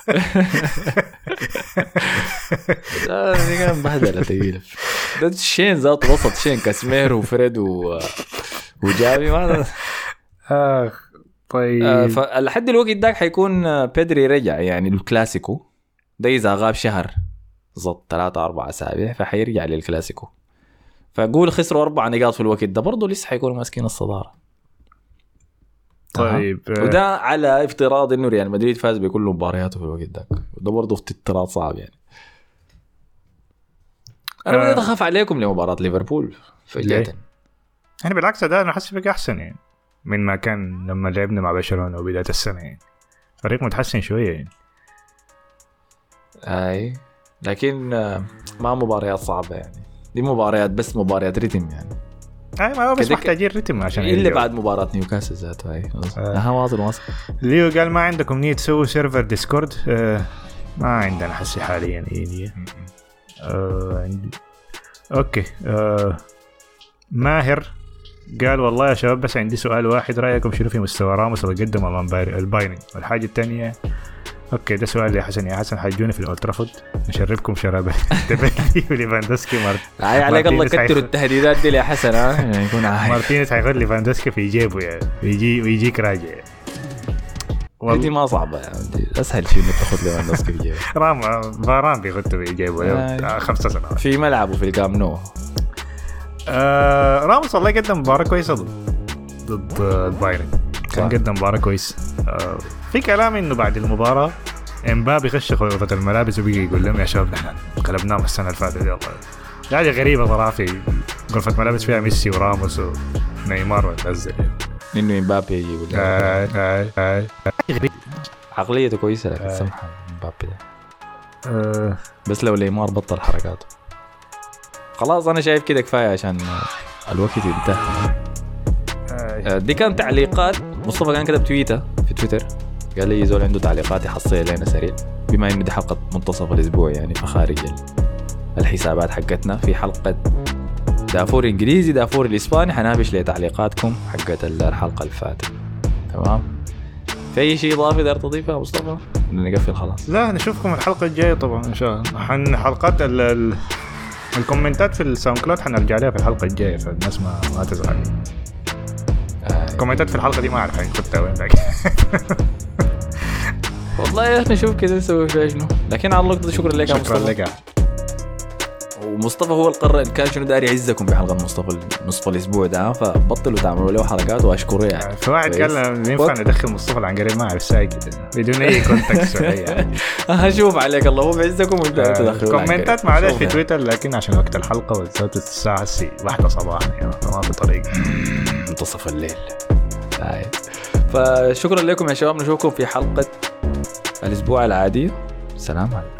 لا دي كان بهدلة تقيلة. ده شين ذات وسط شين كاسمير وفريد و وجافي ما آه طيب آه فلحد الوقت داك حيكون بيدري رجع يعني الكلاسيكو ده إذا غاب شهر ضد ثلاثة أربعة أسابيع فحيرجع للكلاسيكو. فأقول خسروا أربع نقاط في الوقت ده برضو لسه حيكونوا ماسكين الصدارة. طيب آه. وده على افتراض انه ريال مدريد فاز بكل مبارياته في الوقت ده، وده برضه افتراض صعب يعني. انا بديت آه. اخاف عليكم لمباراه ليفربول فجأة. يعني بالعكس ده انا حاسس بك احسن يعني من ما كان لما لعبنا مع برشلونه وبدايه السنه يعني. فريق متحسن شويه يعني. اي لكن ما مباريات صعبه يعني، دي مباريات بس مباريات ريتم يعني. اي ما هو بس كده محتاجين رتم عشان الا يرجعوا. بعد مباراه نيوكاسل ذاته هاي آه. اها واصل واصل. ليو قال ما عندكم نية تسوي سيرفر ديسكورد. آه ما عندنا حسي حاليا اي نية. آه عندي اوكي. آه ماهر قال والله يا شباب بس عندي سؤال واحد، رايكم شنو في مستوى راموس اللي قدم امام البايرن؟ والحاجه الثانيه اوكي ده سؤال يا حسن يا حسن حجوني في الاولترافورد نشربكم شراب تبكي وليفاندوسكي مارت هاي عليك الله كتروا التهديدات دي يا حسن ها يعني يكون عارف. مارتينيز هياخد ليفاندوسكي في جيبه يعني ويجي ويجيك راجع يعني. دي ما صعبه يعني، اسهل شيء انك تاخذ ليفاندوسكي في جيبه. رام فاران بيخطه في جيبه آه. خمسة سنوات في ملعبه في الكام نو. آه راموس والله قدم مباراة كويسة ضد ضد البايرن، كان قدم مباراة كويس. آه في كلام انه بعد المباراة امبابي يخش غرفة الملابس وبيجي يقول لهم يا شباب نحن قلبناهم السنة اللي فاتت يلا. يعني غريبة صراحة في غرفة ملابس فيها ميسي وراموس ونيمار وتنزل انه امبابي يجي يقول آه آه آه. عقليته كويسة لكن آه. سمحة امبابي ده آه. بس لو نيمار بطل حركاته خلاص. انا شايف كده كفايه عشان الوقت انتهى. آه. دي كانت تعليقات مصطفى كان كتب تويتر في تويتر قال لي زول عنده تعليقات يحصيها لنا سريع بما انه دي حلقه منتصف الاسبوع يعني فخارج الحسابات حقتنا. في حلقه دافور انجليزي دافور الاسباني حنابش لتعليقاتكم حقت الحلقه اللي فاتت. تمام. في اي شيء اضافي تقدر تضيفه مصطفى؟ نقفل خلاص. لا نشوفكم الحلقة الجاية طبعا ان شاء الله. حن حلقات ال ال الكومنتات في الساوند كلاود حنرجع لها في الحلقة الجاية فالناس ما ما تزعل. آه. الكومنتات في الحلقة دي ما اعرف حنكتبها وين باقي. والله نشوف كذا نسوي فيها شنو. لكن على اللقطة شكرا لك يا شكرا مصطفى. لك. ومصطفى هو القرر كان شنو داري يعزكم بحلقة مصطفى نصف الأسبوع ده فبطلوا تعملوا له حلقات وأشكره يعني. في واحد قال ينفع ندخل مصطفى العنقريب ما أعرف ساي كده بدون أي كونتكست ولا يعني. هشوف عليك الله هو بعزكم وانت تدخلوا كومنتات معلش في تويتر لكن عشان وقت الحلقة والساعة الساعة واحدة صباحا يعني ما في طريق منتصف الليل. فشكرا لكم يا شباب نشوفكم في حلقة الأسبوع العادية. السلام عليكم.